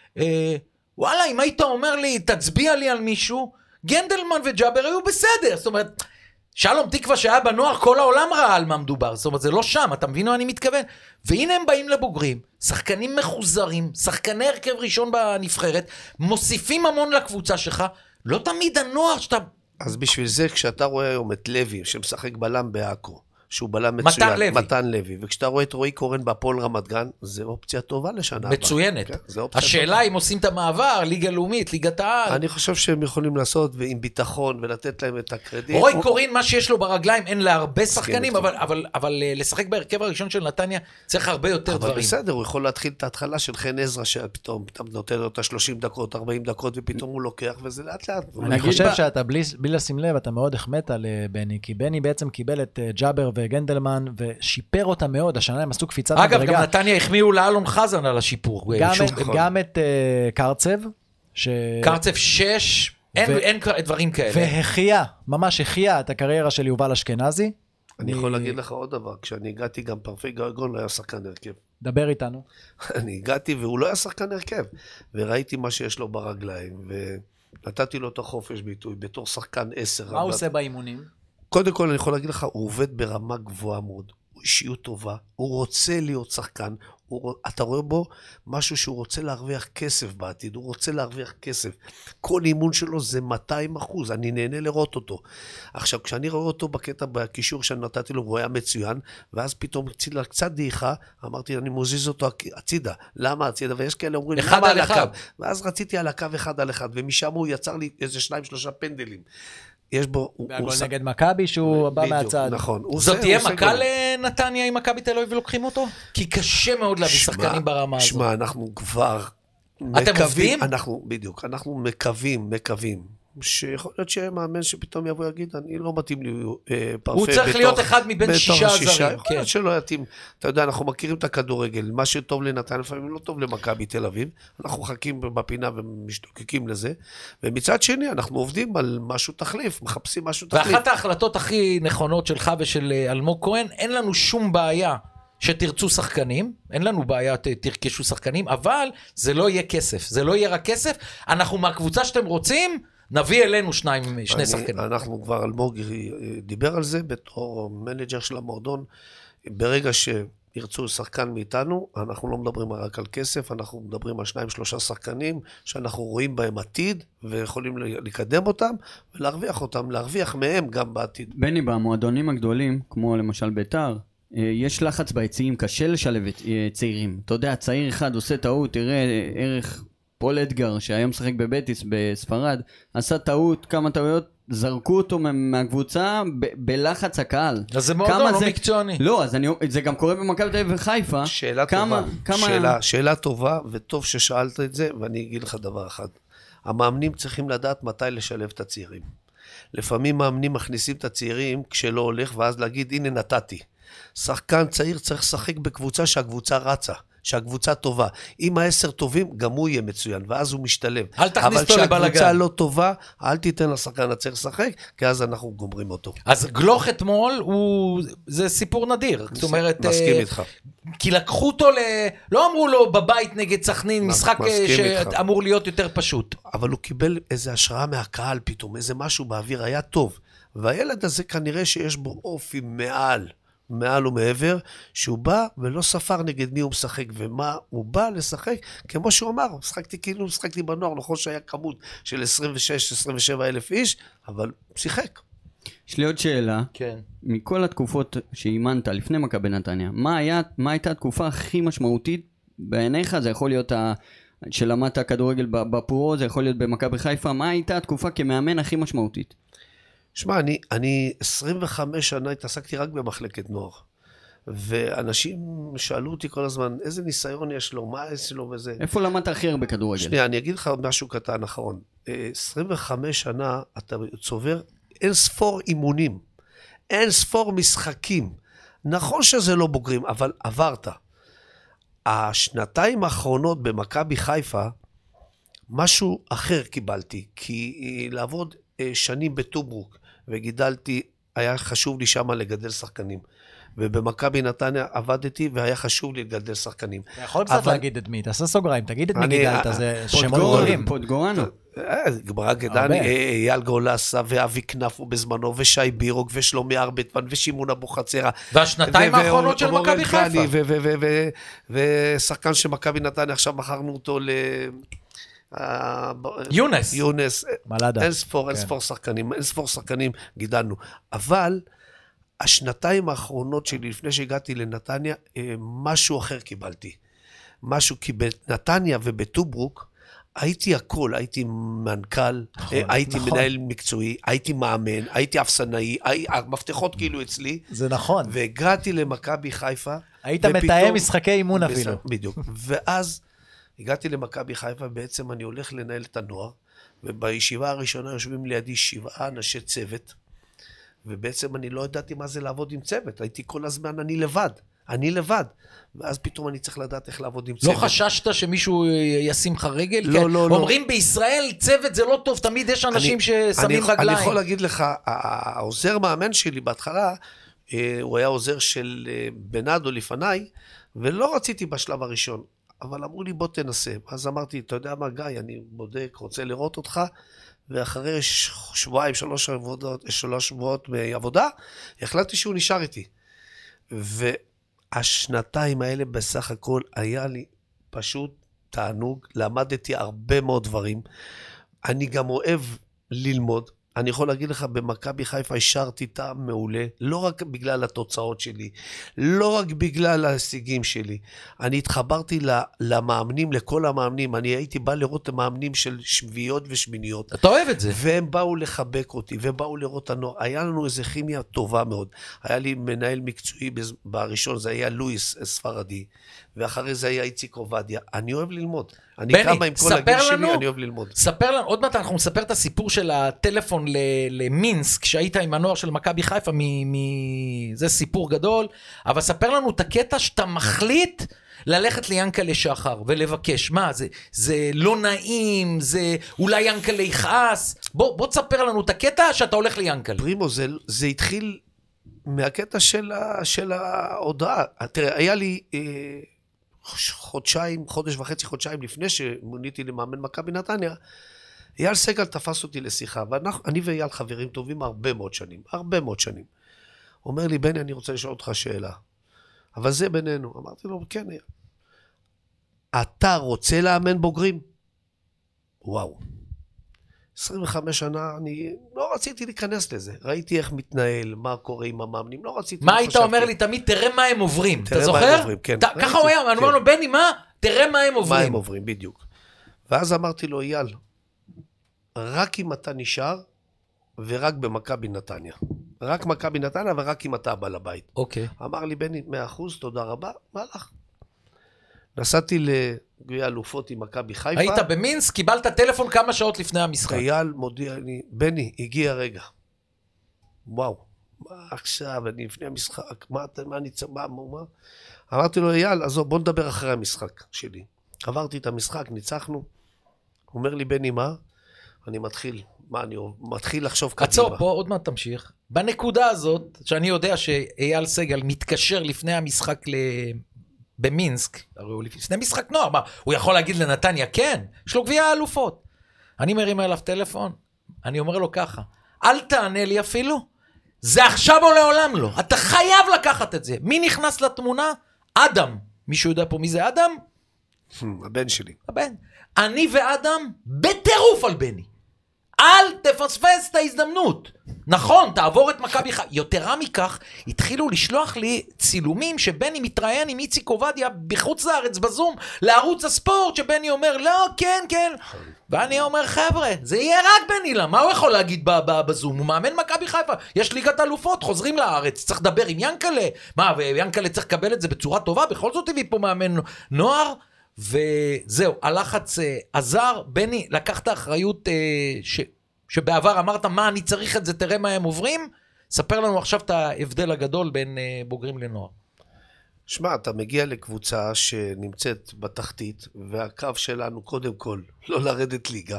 וואלה, אם היית אומר לי, תצביע לי על מישהו, גנדלמן וג'אבר היו בסדר. זאת אומרת, שלום תקווה שהיה בנוער, כל העולם ראה על מה מדובר. זאת אומרת, זה לא שם, אתה מבין מה אני מתכוון? והנה הם באים לבוגרים, שחקנים מחוזרים, שחקני הרכב ראשון בנבחרת, מוסיפים המון לקבוצה שלך, לא תמיד הנוער שאתה... אז בשביל זה, כשאתה רואה היום את לוי, שמשחק בלם בעכו, שהוא בלם מצוין, מתן לוי. מתן לוי, וכשאתה רואה את רועי קורן בהפועל רמת גן, זה אופציה טובה לשנה. מצוינת. כן, זה אופציה השאלה טובה. אם עושים את המעבר, ליגה לאומית, ליגת העל. אני חושב שהם יכולים לעשות, ועם ביטחון, ולתת להם את הקרדיט. רועי קורן, מה שיש לו ברגליים, אין לה הרבה שחקנים, איתך. אבל, אבל, אבל לשחק בהרכב הראשון של נתניה, צריך הרבה יותר אבל דברים. בסדר, הוא יכול להתחיל את ההתחלה של חן עזרא, שפתאום אתה נותן לו את ה-שלושים דקות, ארבעים דקות, ופתאום הוא לוקח, וזה לאט לאט. אני חושב שאתה, בלי, בלי לשים לב, אתה מאוד החמאת לבני, כי בני בעצם קיבל את ג'אבר וגנדלמן, ושיפר אותה מאוד, השנה הם עשו קפיצת מדרגה. אגב, גם נתניה החמיאו לאלון חזן על השיפור. גם, שוב, את, גם את uh, קרצב, ש... קרצב שש, אין, ו... אין דברים כאלה. והחייה, ממש החייה את הקריירה של יובל אשכנזי. אני יכול להגיד לך עוד דבר, כשאני הגעתי גם פרפי גרגון לא היה שחקן הרכב. דבר איתנו. אני הגעתי והוא לא היה שחקן הרכב, וראיתי מה שיש לו ברגליים, ונתתי לו את החופש ביטוי בתור שחקן עשר. מה הוא עושה באימונים? קודם כל אני יכול להגיד לך, הוא עובד ברמה גבוהה מאוד, הוא אישיות טובה, הוא רוצה להיות שחקן, הוא, אתה רואה בו משהו שהוא רוצה להרוויח כסף בעתיד, הוא רוצה להרוויח כסף. כל אימון שלו זה מאתיים אחוז, אני נהנה לראות אותו. עכשיו, כשאני רואה אותו בקטע, בקישור שאני נתתי לו, הוא היה מצוין, ואז פתאום הצילה קצת דעיכה, אמרתי, אני מוזיז אותו הצידה. למה הצידה? ויש כאלה אומרים, למה על הקו? ואז רציתי על הקו אחד על אחד, ומשם הוא יצר לי איזה שניים, שלושה פנדלים. יש בו... והגול נגד מכבי שהוא בא מהצד. נכון. זאת תהיה מכה לנתניה עם מכבי תל אביב ולוקחים אותו? כי קשה מאוד להביא שחקנים ברמה הזאת. שמע, אנחנו כבר... אתם עובדים? אנחנו, בדיוק, אנחנו מקווים, מקווים. שיכול להיות שמאמן שפתאום יבוא יגיד, אני לא מתאים לי פרפה. הוא צריך להיות אחד מבין שישה זרים. יכול להיות שלא יתאים. אתה יודע, אנחנו מכירים את הכדורגל. מה שטוב לנתניה לפעמים לא טוב למכבי תל אביב. אנחנו חכים בפינה ומשתוקקים לזה. ומצד שני, אנחנו עובדים על משהו תחליף, מחפשים משהו תחליף. ואחת ההחלטות הכי נכונות שלך ושל אלמוג כהן, אין לנו שום בעיה שתרצו שחקנים, אין לנו בעיה תרכשו שחקנים, אבל זה לא יהיה כסף. זה לא יהיה רק כסף. אנחנו מהקבוצה שאתם רוצים, נביא אלינו שניים, שני אני, שחקנים. אנחנו כבר, אלמוג דיבר על זה, בתור מנג'ר של המועדון, ברגע שירצו שחקן מאיתנו, אנחנו לא מדברים רק על כסף, אנחנו מדברים על שניים, שלושה שחקנים, שאנחנו רואים בהם עתיד, ויכולים לקדם אותם, ולהרוויח אותם, להרוויח מהם גם בעתיד. בני, במועדונים הגדולים, כמו למשל ביתר, יש לחץ ביציעים, קשה לשלב צעירים. אתה יודע, צעיר אחד עושה טעות, תראה ערך... פול אדגר, שהיום משחק בבטיס בספרד, עשה טעות, כמה טעויות, זרקו אותו מהקבוצה ב- בלחץ הקהל. אז זה מאוד לא זה... מקצועני. לא, אז אני, זה גם קורה במכבי תל אביב וחיפה. שאלה כמה, טובה, כמה... שאלה, שאלה טובה, וטוב ששאלת את זה, ואני אגיד לך דבר אחד. המאמנים צריכים לדעת מתי לשלב את הצעירים. לפעמים מאמנים מכניסים את הצעירים כשלא הולך, ואז להגיד, הנה נתתי. שחקן צעיר צריך לשחק בקבוצה שהקבוצה רצה. שהקבוצה טובה. אם העשר טובים, גם הוא יהיה מצוין, ואז הוא משתלב. אל תכניס אותו לבלגן. אבל כשהקבוצה לא טובה, אל תיתן לשחקן הצעיר לשחק, כי אז אנחנו גומרים אותו. אז גלוך אתמול, הוא... זה סיפור נדיר. זאת אומרת... מסכים איתך. כי לקחו אותו ל... לא אמרו לו בבית נגד סכנין, משחק שאמור להיות יותר פשוט. אבל הוא קיבל איזו השראה מהקהל פתאום, איזה משהו באוויר היה טוב. והילד הזה כנראה שיש בו אופי מעל. מעל ומעבר, שהוא בא ולא ספר נגד מי הוא משחק, ומה הוא בא לשחק, כמו שהוא אמר, שחקתי כאילו, שחקתי בנוער, נכון שהיה כמות של עשרים ושש עשרים ושבע אלף איש, אבל שיחק. יש לי עוד שאלה, כן. מכל התקופות שאימנת לפני מכבי נתניה, מה היה, מה הייתה התקופה הכי משמעותית בעיניך? זה יכול להיות ה... שלמדת כדורגל בפרו, זה יכול להיות במכבי חיפה, מה הייתה התקופה כמאמן הכי משמעותית? שמע, אני, אני עשרים וחמש שנה התעסקתי רק במחלקת נוער, ואנשים שאלו אותי כל הזמן, איזה ניסיון יש לו, מה יש לו וזה. איפה למדת הכי הרבה בכדורגל? שנייה, אני אגיד לך משהו קטן אחרון. עשרים וחמש שנה אתה צובר אין ספור אימונים, אין ספור משחקים. נכון שזה לא בוגרים, אבל עברת. השנתיים האחרונות במכבי חיפה, משהו אחר קיבלתי, כי לעבוד שנים בטוברוק, וגידלתי, היה חשוב לי שם לגדל שחקנים. ובמכבי נתניה עבדתי, והיה חשוב לי לגדל שחקנים. אתה יכול קצת להגיד את מי, תעשה סוגריים, תגיד את מי גידלת, זה שמות גדולים. פוטגורנו. גמרה גדני, אייל גולסה, ואבי כנפו בזמנו, ושי בירוק, ושלומי ארבטמן, ושימון אבוחצירה. והשנתיים האחרונות של מכבי חיפה. ושחקן של מכבי נתניה, עכשיו מכרנו אותו ל... יונס. יונס. מלאדה. אין ספור, אין ספור שחקנים, אין ספור שחקנים גידלנו. אבל השנתיים האחרונות שלי, לפני שהגעתי לנתניה, משהו אחר קיבלתי. משהו, כי בנתניה ובטוברוק, הייתי הכל, הייתי מנכ"ל, הייתי מנהל מקצועי, הייתי מאמן, הייתי אפסנאי, המפתחות כאילו אצלי. זה נכון. והגעתי למכבי חיפה. היית מתאם משחקי אימון אפילו. בדיוק. ואז הגעתי למכבי חיפה, בעצם אני הולך לנהל את הנוער, ובישיבה הראשונה יושבים לידי שבעה אנשי צוות, ובעצם אני לא ידעתי מה זה לעבוד עם צוות, הייתי כל הזמן אני לבד, אני לבד, ואז פתאום אני צריך לדעת איך לעבוד עם צוות. לא חששת שמישהו ישים לך רגל? לא, לא, לא. אומרים בישראל צוות זה לא טוב, תמיד יש אנשים ששמים רגליים. אני יכול להגיד לך, העוזר מאמן שלי בהתחלה, הוא היה עוזר של בנאדו לפניי, ולא רציתי בשלב הראשון, אבל אמרו לי בוא תנסה, אז אמרתי, אתה יודע מה גיא, אני בודק, רוצה לראות אותך, ואחרי שבועיים, שלוש שבועות, שלוש שבועות מעבודה, החלטתי שהוא נשאר איתי. והשנתיים האלה בסך הכל היה לי פשוט תענוג, למדתי הרבה מאוד דברים. אני גם אוהב ללמוד. אני יכול להגיד לך, במכבי חיפה השארתי טעם מעולה, לא רק בגלל התוצאות שלי, לא רק בגלל ההישגים שלי. אני התחברתי למאמנים, לכל המאמנים, אני הייתי בא לראות המאמנים של שביעיות ושמיניות. אתה אוהב את זה. והם באו לחבק אותי, והם באו לראות הנוער. היה לנו איזו כימיה טובה מאוד. היה לי מנהל מקצועי בראשון, זה היה לואיס ספרדי, ואחרי זה היה איציק עובדיה. אני אוהב ללמוד. אני בני, כמה עם כל הגיל שלי, אני אוהב ללמוד. ספר לנו, עוד מעט אנחנו נספר את הסיפור של הטלפון למינסק, שהיית עם הנוער של מכבי חיפה, זה סיפור גדול, אבל ספר לנו את הקטע שאתה מחליט ללכת ליאנקלה שחר ולבקש, מה, זה, זה לא נעים, זה אולי יאנקלה יכעס, בוא, בוא תספר לנו את הקטע שאתה הולך ליאנקלה. פרימו, זה, זה התחיל מהקטע של, ה, של ההודעה, תראה, היה לי... אה, חודשיים, חודש וחצי, חודשיים לפני שמוניתי למאמן מכבי נתניה, אייל סגל תפס אותי לשיחה, ואני ואייל חברים טובים הרבה מאוד שנים, הרבה מאוד שנים. הוא אומר לי, בני, אני רוצה לשאול אותך שאלה. אבל זה בינינו. אמרתי לו, כן, אייל. אתה רוצה לאמן בוגרים? וואו. עשרים וחמש שנה, אני לא רציתי להיכנס לזה. ראיתי איך מתנהל, מה קורה עם המאמנים, לא רציתי... מה היית אומר לי תמיד, תראה מה הם עוברים, אתה זוכר? תראה מה הם עוברים, כן. ככה הוא היה, אני אומר לו, בני, מה? תראה מה הם עוברים. מה הם עוברים, בדיוק. ואז אמרתי לו, אייל, רק אם אתה נשאר, ורק במכבי נתניה. רק מכבי נתניה, ורק אם אתה בא לבית. אוקיי. אמר לי, בני, מאה אחוז, תודה רבה, מה לך? נסעתי לגביע אלופות עם מכבי חיפה. היית במינסק, קיבלת טלפון כמה שעות לפני המשחק. אייל מודיע לי, בני, הגיע רגע. וואו, מה עכשיו, אני לפני המשחק, מה, מה אני צבא, מה? אמרתי לו, אייל, עזוב, בוא נדבר אחרי המשחק שלי. עברתי את המשחק, ניצחנו. הוא אומר לי, בני, מה? אני מתחיל, מה אני מתחיל לחשוב קדימה. עצור, פה עוד מעט תמשיך. בנקודה הזאת, שאני יודע שאייל סגל מתקשר לפני המשחק ל... במינסק, הרי הוא לפני משחק נוער, מה, הוא יכול להגיד לנתניה, כן, יש לו גביע האלופות. אני מרים אליו טלפון, אני אומר לו ככה, אל תענה לי אפילו, זה עכשיו או לעולם לא. אתה חייב לקחת את זה. מי נכנס לתמונה? אדם. מישהו יודע פה מי זה אדם? הבן שלי. הבן. אני ואדם בטירוף על בני. אל תפספס את ההזדמנות. נכון, תעבור את מכבי חיפה. יתרה מכך, התחילו לשלוח לי צילומים שבני מתראיין עם איציק עובדיה בחוץ לארץ בזום, לערוץ הספורט, שבני אומר, לא, כן, כן. ואני אומר, חבר'ה, זה יהיה רק בני לה. מה הוא יכול להגיד בזום? הוא מאמן מכבי חיפה. יש ליגת אלופות, חוזרים לארץ. צריך לדבר עם ינקלה. מה, ויאנקלה צריך לקבל את זה בצורה טובה? בכל זאת הביא פה מאמן נוער. וזהו, הלחץ עזר. בני, לקח את האחריות ש... שבעבר אמרת, מה אני צריך את זה, תראה מה הם עוברים. ספר לנו עכשיו את ההבדל הגדול בין בוגרים לנוער. שמע, אתה מגיע לקבוצה שנמצאת בתחתית, והקו שלנו קודם כל לא לרדת ליגה.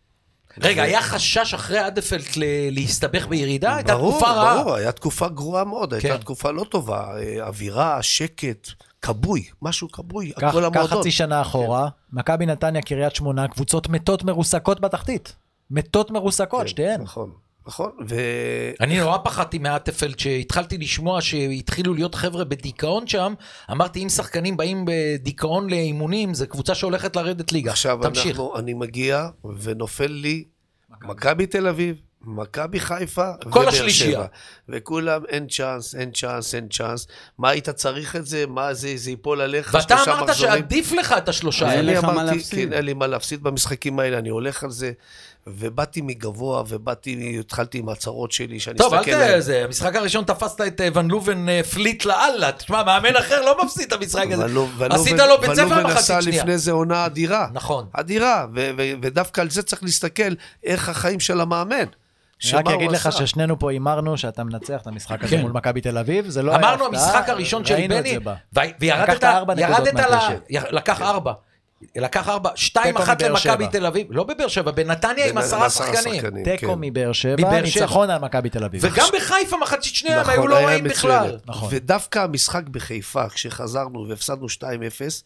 רגע, היה חשש אחרי אדפלט להסתבך בירידה? הייתה ברור, תקופה רעה. ברור, הייתה תקופה גרועה מאוד, הייתה כן. תקופה לא טובה, אווירה, שקט, קבוי, משהו קבוי, כך, כל כך המועדון. חצי שנה אחורה, מכבי נתניה, קריית שמונה, קבוצות מתות מרוסקות בתחתית. מתות מרוסקות, כן, שתיהן. נכון, נכון, ו... אני נורא פחדתי מאטפלד, שהתחלתי לשמוע שהתחילו להיות חבר'ה בדיכאון שם, אמרתי, אם שחקנים באים בדיכאון לאימונים, זה קבוצה שהולכת לרדת ליגה. עכשיו תמשיך. אנחנו, אני מגיע ונופל לי מכבי תל אביב, מכבי חיפה כל ובאר השלישייה. שבע. וכולם אין צ'אנס, אין צ'אנס, אין צ'אנס. מה היית צריך את זה? מה זה, זה ייפול עליך? ואתה שלושה אמרת מחזורים? שעדיף לך את השלושה אין האלה. אני לך מה אמרתי, להפסיד. כן, אין לי מה להפסיד במשחקים האלה, אני הולך על זה. ובאתי מגבוה, ובאתי, התחלתי עם הצהרות שלי, שאני טוב, אל אסתכל תראה עליהם. זה, המשחק הראשון תפסת את ון לובן פליט לאללה, תשמע, מאמן אחר לא מפסיד את המשחק הזה. עשית לו בית ספר ולובן מחצית עשה שנייה. לפני זה עונה אדירה. נכון. אדירה, ו- ו- ודווקא על זה צריך להסתכל, איך החיים של המאמן. אני שמה רק הוא אגיד לך עשה. ששנינו פה הימרנו שאתה מנצח את המשחק הזה כן. מול מכבי תל אביב, זה לא היה אמרנו הפתעה, המשחק הראשון של ראינו את בני, זה בה. ו- וירדת לקחת ארבע נקודות ירדת ל- מהדשא. י- לקח ארבע. לקח ארבע, שתיים תיקו אחת מבאר למכבי שבע. תל אביב, לא בבאר שבע, בנתניה עם בין- עשרה עשרה שחקנים. תיקו כן. מבאר שבע, מבאר שבע. ניצחון על מכבי תל אביב. וגם בחיפה מחצית שנייה הם נכון, היו לא היה רעים מצוינת. בכלל. נכון. ודווקא המשחק בחיפה, כשחזרנו והפסדנו שתיים אפס,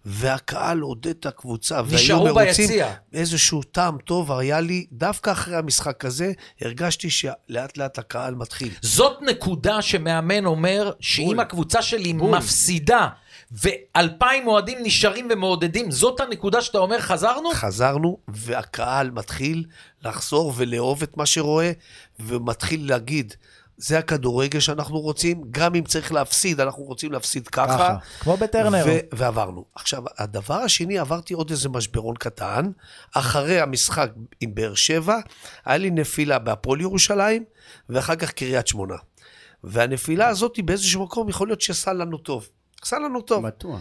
והקהל עודד את הקבוצה, נשארו והיו מרוצים, ביציע. איזשהו טעם טוב היה לי, דווקא אחרי המשחק הזה, הרגשתי שלאט לאט הקהל מתחיל. זאת נקודה שמאמן אומר, שאם הקבוצה שלי מפסידה, ואלפיים מועדים נשארים ומעודדים, זאת הנקודה שאתה אומר, חזרנו? חזרנו, והקהל מתחיל לחזור ולאהוב את מה שרואה, ומתחיל להגיד, זה הכדורגל שאנחנו רוצים, גם אם צריך להפסיד, אנחנו רוצים להפסיד ככה. ככה, כמו בטרנר. ו- ועברנו. עכשיו, הדבר השני, עברתי עוד איזה משברון קטן, אחרי המשחק עם באר שבע, היה לי נפילה בהפועל ירושלים, ואחר כך קריית שמונה. והנפילה הזאת באיזשהו מקום יכול להיות שעשה לנו טוב. עשה לנו טוב. בטוח.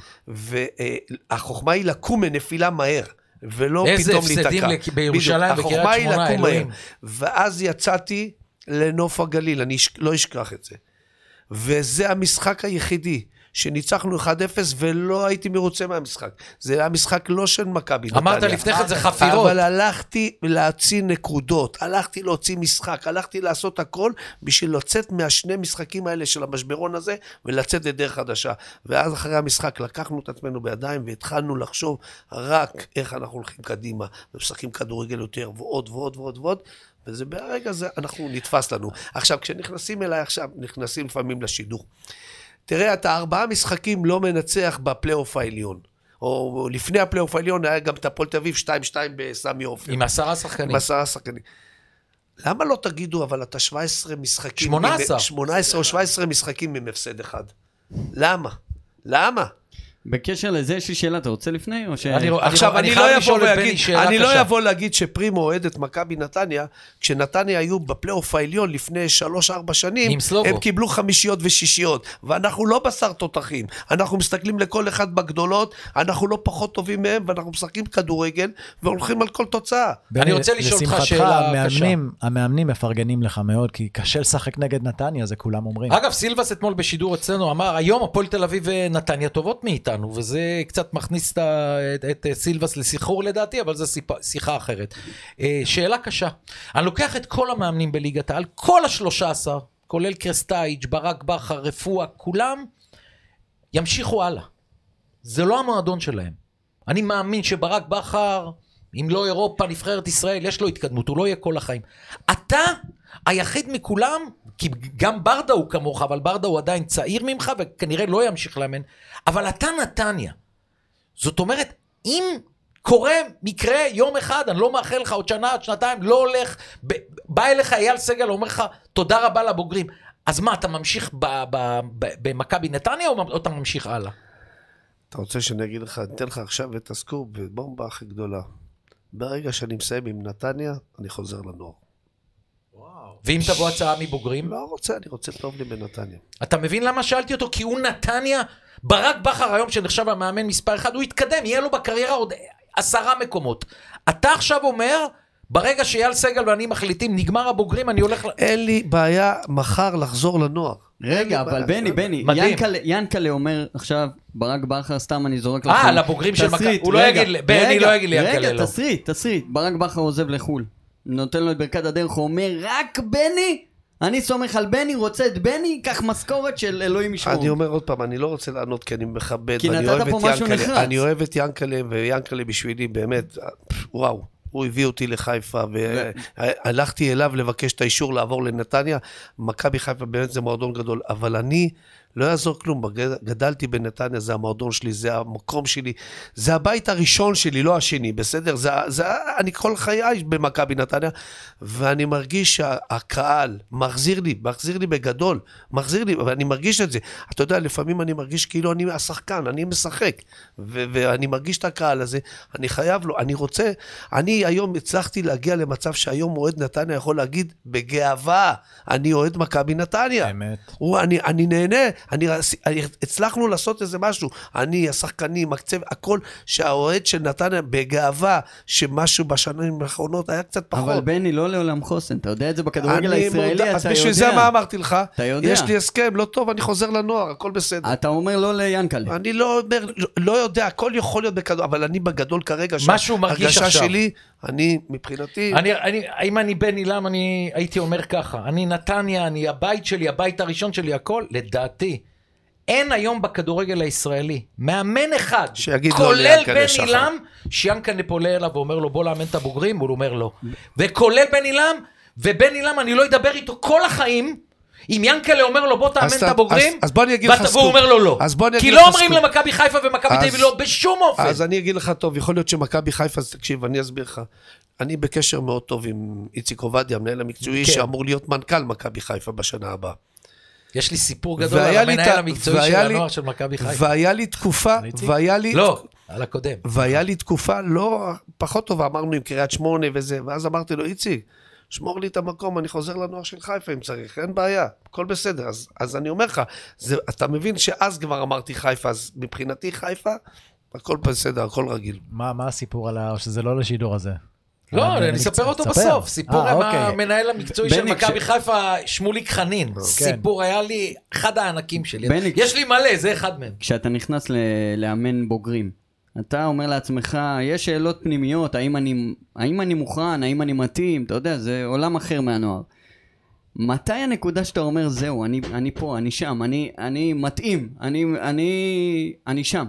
והחוכמה היא לקום מנפילה מהר. ולא איזה פתאום הפסדים להתקע. לק- בירושלים בדיוק. וקריית החוכמה היא שמונה, לקום אלוהים. מהר. ואז יצאתי לנוף הגליל, אני לא אשכח את זה. וזה המשחק היחידי שניצחנו אחד אפס ולא הייתי מרוצה מהמשחק. זה היה משחק לא של מכבי נתניה. אמרת לפני כן זה חפירות. אבל הלכתי להוציא נקודות, הלכתי להוציא משחק, הלכתי לעשות הכל בשביל לצאת מהשני משחקים האלה של המשברון הזה ולצאת לדרך חדשה. ואז אחרי המשחק לקחנו את עצמנו בידיים והתחלנו לחשוב רק איך אנחנו הולכים קדימה ומשחקים כדורגל יותר ועוד ועוד ועוד ועוד. וזה ברגע זה אנחנו נתפס לנו. עכשיו, כשנכנסים אליי עכשיו, נכנסים לפעמים לשידור. תראה, אתה ארבעה משחקים לא מנצח בפלייאוף העליון. או לפני הפלייאוף העליון היה גם את הפועל תל אביב שתיים שתיים בסמי עופר. עם עשרה שחקנים. עם עשרה שחקנים. למה לא תגידו, אבל אתה שבע עשרה משחקים... שמונה עשרה. שמונה עשרה או שבע עשרה משחקים עם הפסד אחד. למה? למה? בקשר לזה יש לי שאלה, אתה רוצה לפני? או ש... אני רוא- עכשיו, אני חייב לא לשאול אבוא את בני להגיד, שאלה אני לא קשה. אבוא להגיד שפרימו אוהד את מכבי נתניה, כשנתניה היו בפלייאוף העליון לפני שלוש ארבע שנים, עם סלובו. הם קיבלו חמישיות ושישיות, ואנחנו לא בשר תותחים, אנחנו מסתכלים לכל אחד בגדולות, אנחנו לא פחות טובים מהם, ואנחנו משחקים כדורגל, והולכים על כל תוצאה. אני רוצה לשאול אותך לשמחתך, שאלה המאמנים, המאמנים מפרגנים לך מאוד, כי קשה לשחק נגד נתניה, זה כולם אומרים. אגב, סילבס אתמול בשידור אצלנו אמר, היום הפועל תל אביב ונתניה טובות מאיתנו, וזה קצת מכניס את, את, את סילבס לסחרור לדעתי, אבל זו שיחה אחרת. שאלה קשה. אני לוקח את כל המאמנים בליגת העל, כל השלושה עשר, כולל קרסטייץ', ברק בכר, רפואה, כולם ימשיכו הלאה. זה לא המועדון שלהם. אני מאמין שברק בכר, אם לא אירופה, נבחרת ישראל, יש לו התקדמות, הוא לא יהיה כל החיים. אתה היחיד מכולם, כי גם ברדה הוא כמוך, אבל ברדה הוא עדיין צעיר ממך, וכנראה לא ימשיך לאמן, אבל אתה נתניה. זאת אומרת, אם קורה מקרה יום אחד, אני לא מאחל לך עוד שנה, עוד שנתיים, לא הולך, בא אליך אייל סגל, אומר לך, תודה רבה לבוגרים. אז מה, אתה ממשיך במכבי נתניה, או אתה ממשיך הלאה? אתה רוצה שאני אגיד לך, אני אתן לך עכשיו את הסקופ, ובומבה הכי גדולה. ברגע שאני מסיים עם נתניה, אני חוזר לנוער. ואם תבוא הצעה מבוגרים? לא רוצה, אני רוצה טוב לי בנתניה. אתה מבין למה שאלתי אותו? כי הוא נתניה, ברק בכר היום שנחשב המאמן מספר אחד, הוא יתקדם, יהיה לו בקריירה עוד עשרה מקומות. אתה עכשיו אומר, ברגע שאייל סגל ואני מחליטים, נגמר הבוגרים, אני הולך... אין לי בעיה מחר לחזור לנוער. רגע, אבל בני, בני, ינקלה אומר עכשיו, ברק בכר, סתם אני זורק לך... אה, לבוגרים של מכבי, הוא לא יגיד לי, בני לא יגיד לי ינקלה לא. רגע, תסריט, תסריט, ברק בכר עוזב לחול. נותן לו את ברכת הדרך, הוא אומר, רק בני, אני סומך על בני, רוצה את בני, קח משכורת של אלוהים ישמור. אני אומר עוד פעם, אני לא רוצה לענות כי אני מכבד, כי נתת פה משהו נחרץ. אני אוהב את ינקלה, וינקלה בשבילי באמת, וואו, הוא הביא אותי לחיפה, והלכתי אליו לבקש את האישור לעבור לנתניה, מכבי חיפה באמת זה מועדון גדול, אבל אני... לא יעזור כלום, גדלתי בנתניה, זה המועדון שלי, זה המקום שלי, זה הבית הראשון שלי, לא השני, בסדר? זה, זה, אני כל חיי במכבי נתניה, ואני מרגיש שהקהל מחזיר לי, מחזיר לי בגדול, מחזיר לי, ואני מרגיש את זה. אתה יודע, לפעמים אני מרגיש כאילו אני השחקן, אני משחק, ו- ואני מרגיש את הקהל הזה, אני חייב לו, אני רוצה, אני היום הצלחתי להגיע למצב שהיום אוהד נתניה יכול להגיד בגאווה, אני אוהד מכבי נתניה. האמת. הוא, אני, אני נהנה, אני, אני, הצלחנו לעשות איזה משהו, אני, השחקנים, מקצב, הכל שהאוהד של נתניה בגאווה, שמשהו בשנים האחרונות היה קצת פחות. אבל בני, לא לעולם חוסן, אתה יודע את זה בכדורגל הישראלי, אתה יודע. אז בשביל זה מה אמרתי לך? אתה יודע. יש לי הסכם, לא טוב, אני חוזר לנוער, הכל בסדר. אתה אומר לא ליאנקלה. אני לא אומר, לא, לא יודע, הכל יכול להיות בכדור, אבל אני בגדול כרגע, משהו מרגיש עכשיו. שלי, אני, מבחינתי... אני, אני, אם אני בן אילם, אני הייתי אומר ככה, אני נתניה, אני הבית שלי, הבית הראשון שלי, הכל, לדעתי. אין היום בכדורגל הישראלי מאמן אחד, כולל בן אילם, שיאנקל'ה פולה אליו ואומר לו בוא לאמן את הבוגרים, הוא אומר לא. וכולל בן אילם, ובן אילם אני לא אדבר איתו כל החיים, אם יאנקל'ה אומר לו בוא תאמן את הבוגרים, והוא אומר לו לא. כי לא אומרים למכבי חיפה ומכבי תל אביב לא, בשום אופן. אז אני אגיד לך טוב, יכול להיות שמכבי חיפה, אז תקשיב, אני אסביר לך. אני בקשר מאוד טוב עם איציק עובדיה, המנהל המקצועי, שאמור להיות מנכ"ל מכבי חיפה בשנה הבאה. יש לי סיפור גדול על המנהל המקצועי של הנוער של מכבי חיפה. והיה לי תקופה, והיה לי... לא, על הקודם. והיה לי תקופה לא פחות טובה, אמרנו עם קריית שמונה וזה, ואז אמרתי לו, איציק, שמור לי את המקום, אני חוזר לנוער של חיפה אם צריך, אין בעיה, הכל בסדר. אז, אז אני אומר לך, זה, אתה מבין שאז כבר אמרתי חיפה, אז מבחינתי חיפה, הכל בסדר, הכל רגיל. מה, מה הסיפור על ה... או שזה לא לשידור הזה? לא, אני אספר אותו בסוף, סיפור עם המנהל המקצועי של מכבי חיפה, שמוליק חנין, סיפור היה לי אחד הענקים שלי, יש לי מלא, זה אחד מהם. כשאתה נכנס לאמן בוגרים, אתה אומר לעצמך, יש שאלות פנימיות, האם אני, האם אני מוכן, האם אני מתאים, אתה יודע, זה עולם אחר מהנוער. מתי הנקודה שאתה אומר, זהו, אני, אני פה, אני שם, אני, אני מתאים, אני, אני, אני שם.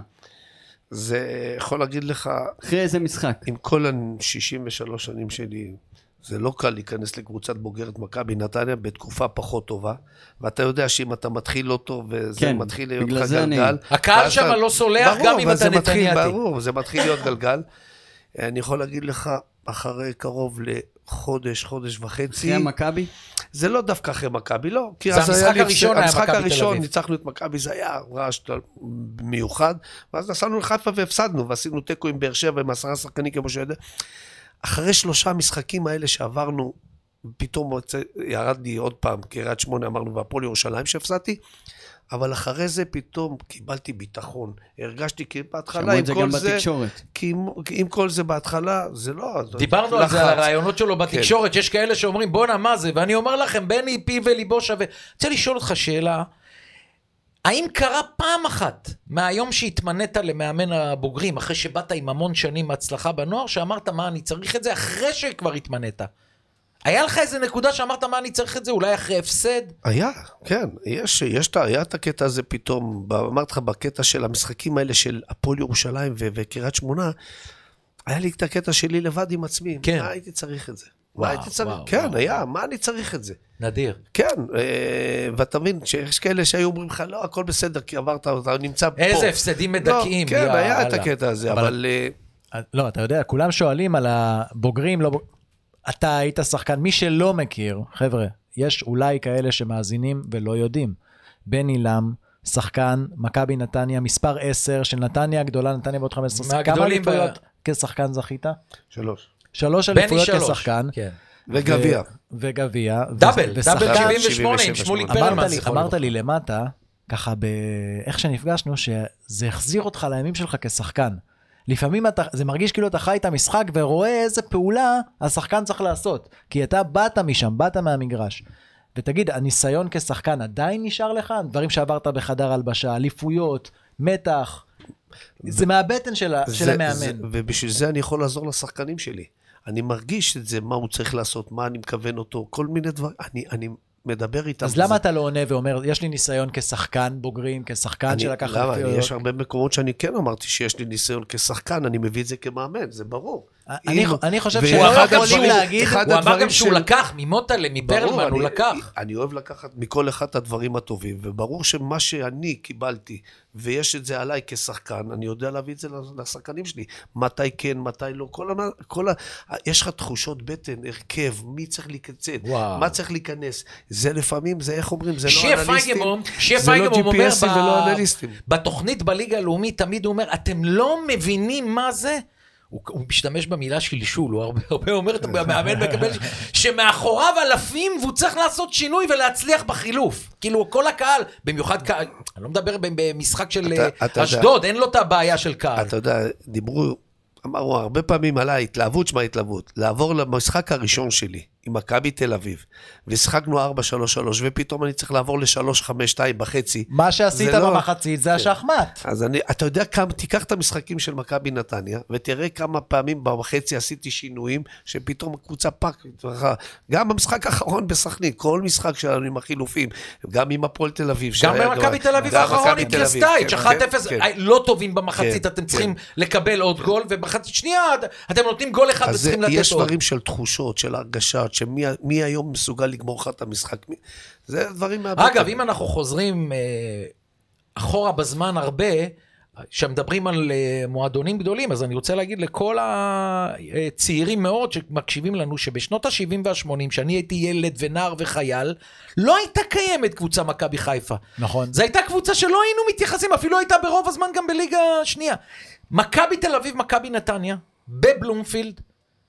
זה יכול להגיד לך... אחרי איזה משחק. עם כל ה-שישים ושלוש שנים שלי, זה לא קל להיכנס לקבוצת בוגרת מכבי נתניה בתקופה פחות טובה, ואתה יודע שאם אתה מתחיל לא טוב, וזה כן, מתחיל להיות לך גלגל. אני... הקהל שם לא סולח גם אם אתה נתנייתי. ברור, זה מתחיל להיות גלגל. אני יכול להגיד לך, אחרי קרוב לחודש, חודש וחצי... אחרי המכבי? זה לא דווקא אחרי מכבי, לא. זה המשחק הראשון היה מכבי תל אביב. המשחק הראשון, ניצחנו את מכבי, זה היה רעש מיוחד, ואז נסענו לחיפה והפסדנו, ועשינו תיקו עם באר שבע, עם עשרה שחקנים כמו שיודע. אחרי שלושה משחקים האלה שעברנו, פתאום ירד לי עוד פעם, קריית שמונה אמרנו, והפועל ירושלים שהפסדתי, אבל אחרי זה פתאום קיבלתי ביטחון, הרגשתי כי בהתחלה עם כל זה, כי עם כל זה בהתחלה, זה לא... דיברנו על זה, על הרעיונות שלו בתקשורת, שיש כאלה שאומרים, בוא נמה זה, ואני אומר לכם, בני פי וליבו שווה. רוצה לשאול אותך שאלה, האם קרה פעם אחת, מהיום שהתמנית למאמן הבוגרים, אחרי שבאת עם המון שנים מהצלחה בנוער, שאמרת מה אני צריך את זה, אחרי שכבר התמנית? היה לך איזה נקודה שאמרת מה אני צריך את זה, אולי אחרי הפסד? היה, כן, יש, יש, היה את הקטע הזה פתאום, אמרתי לך, בקטע של המשחקים האלה של הפועל ירושלים וקריית שמונה, היה לי את הקטע שלי לבד עם עצמי, כן. מה הייתי צריך את זה? מה הייתי צריך? כן, היה, מה אני צריך את זה? נדיר. כן, ואתה מבין שיש כאלה שהיו אומרים לך, לא, הכל בסדר, כי עברת, אתה נמצא פה. איזה הפסדים מדכאים. כן, היה את הקטע הזה, אבל... לא, אתה יודע, כולם שואלים על הבוגרים, לא... אתה היית שחקן, מי שלא מכיר, חבר'ה, יש אולי כאלה שמאזינים ולא יודעים. בני לם, שחקן, מכבי נתניה, מספר עשר של נתניה הגדולה, נתניה בעוד חמש עשרה. כמה אליפויות כשחקן זכית? שלוש. שלוש אליפויות כשחקן. כן. וגביע. וגביע. דאבל, דאבל שבעים ושמונה עם שמולי פרלמן. אמרת לי למטה, ככה באיך שנפגשנו, שזה החזיר אותך לימים שלך כשחקן. לפעמים אתה, זה מרגיש כאילו אתה חי את המשחק ורואה איזה פעולה השחקן צריך לעשות. כי אתה באת משם, באת מהמגרש. ותגיד, הניסיון כשחקן עדיין נשאר לך? דברים שעברת בחדר הלבשה, אליפויות, מתח. זה מהבטן של המאמן. ובשביל זה אני יכול לעזור לשחקנים שלי. אני מרגיש את זה, מה הוא צריך לעשות, מה אני מכוון אותו, כל מיני דברים. אני, אני מדבר איתם. אז למה אתה לא עונה ואומר, יש לי ניסיון כשחקן בוגרים, כשחקן שלקח אליפויות? יש הרבה מקומות שאני כן אמרתי שיש לי ניסיון כשחקן, אני מביא את זה כמאמן, זה ברור. אני חושב שלא יכולים להגיד, הוא אמר גם שהוא לקח ממוטלה, מפרלמן, הוא לקח. אני אוהב לקחת מכל אחד את הדברים הטובים, וברור שמה שאני קיבלתי, ויש את זה עליי כשחקן, אני יודע להביא את זה לשחקנים שלי. מתי כן, מתי לא, כל ה... יש לך תחושות בטן, הרכב, מי צריך להיכנס, מה צריך להיכנס. זה לפעמים, זה איך אומרים, זה לא אנליסטים, זה לא ג'י פי אסים ולא אנליסטים. בתוכנית בליגה הלאומית תמיד הוא אומר, אתם לא מבינים מה זה? הוא, הוא משתמש במילה שלשול, הוא הרבה, הרבה אומר, אתה מאמן מקבל, שמאחוריו אלפים, והוא צריך לעשות שינוי ולהצליח בחילוף. כאילו, כל הקהל, במיוחד קהל, אני לא מדבר במשחק של אשדוד, אין לו את הבעיה של קהל. אתה יודע, דיברו, אמרו הרבה פעמים עליי, התלהבות שמה התלהבות, לעבור למשחק הראשון שלי, עם מכבי תל אביב, ושחקנו ארבע שלוש שלוש, ופתאום אני צריך לעבור ל-שלוש חמש שתיים בחצי. מה שעשית במחצית זה השחמט. אז אני, אתה יודע כמה, תיקח את המשחקים של מכבי נתניה, ותראה כמה פעמים בחצי עשיתי שינויים, שפתאום הקבוצה פאק, גם במשחק האחרון בסכנין, כל משחק שלנו עם החילופים, גם עם הפועל תל אביב. גם במכבי תל אביב האחרון עם קרסטייץ', אחת אפס, לא טובים במחצית, אתם צריכים לקבל עוד גול, ובחצית שנייה אתם נותנים גול אחד וצריכים לתת עוד. יש דברים של תחושות, של הרגשה, שמי היום מסוגל לגמור לך את המשחק. זה דברים מהבטן. אגב, אם אנחנו חוזרים אחורה בזמן הרבה, שמדברים על מועדונים גדולים, אז אני רוצה להגיד לכל הצעירים מאוד שמקשיבים לנו, שבשנות ה-שבעים וה-שמונים, שאני הייתי ילד ונער וחייל, לא הייתה קיימת קבוצה מכבי חיפה. נכון. זו הייתה קבוצה שלא היינו מתייחסים, אפילו הייתה ברוב הזמן גם בליגה שנייה. מכבי תל אביב, מכבי נתניה, בבלומפילד,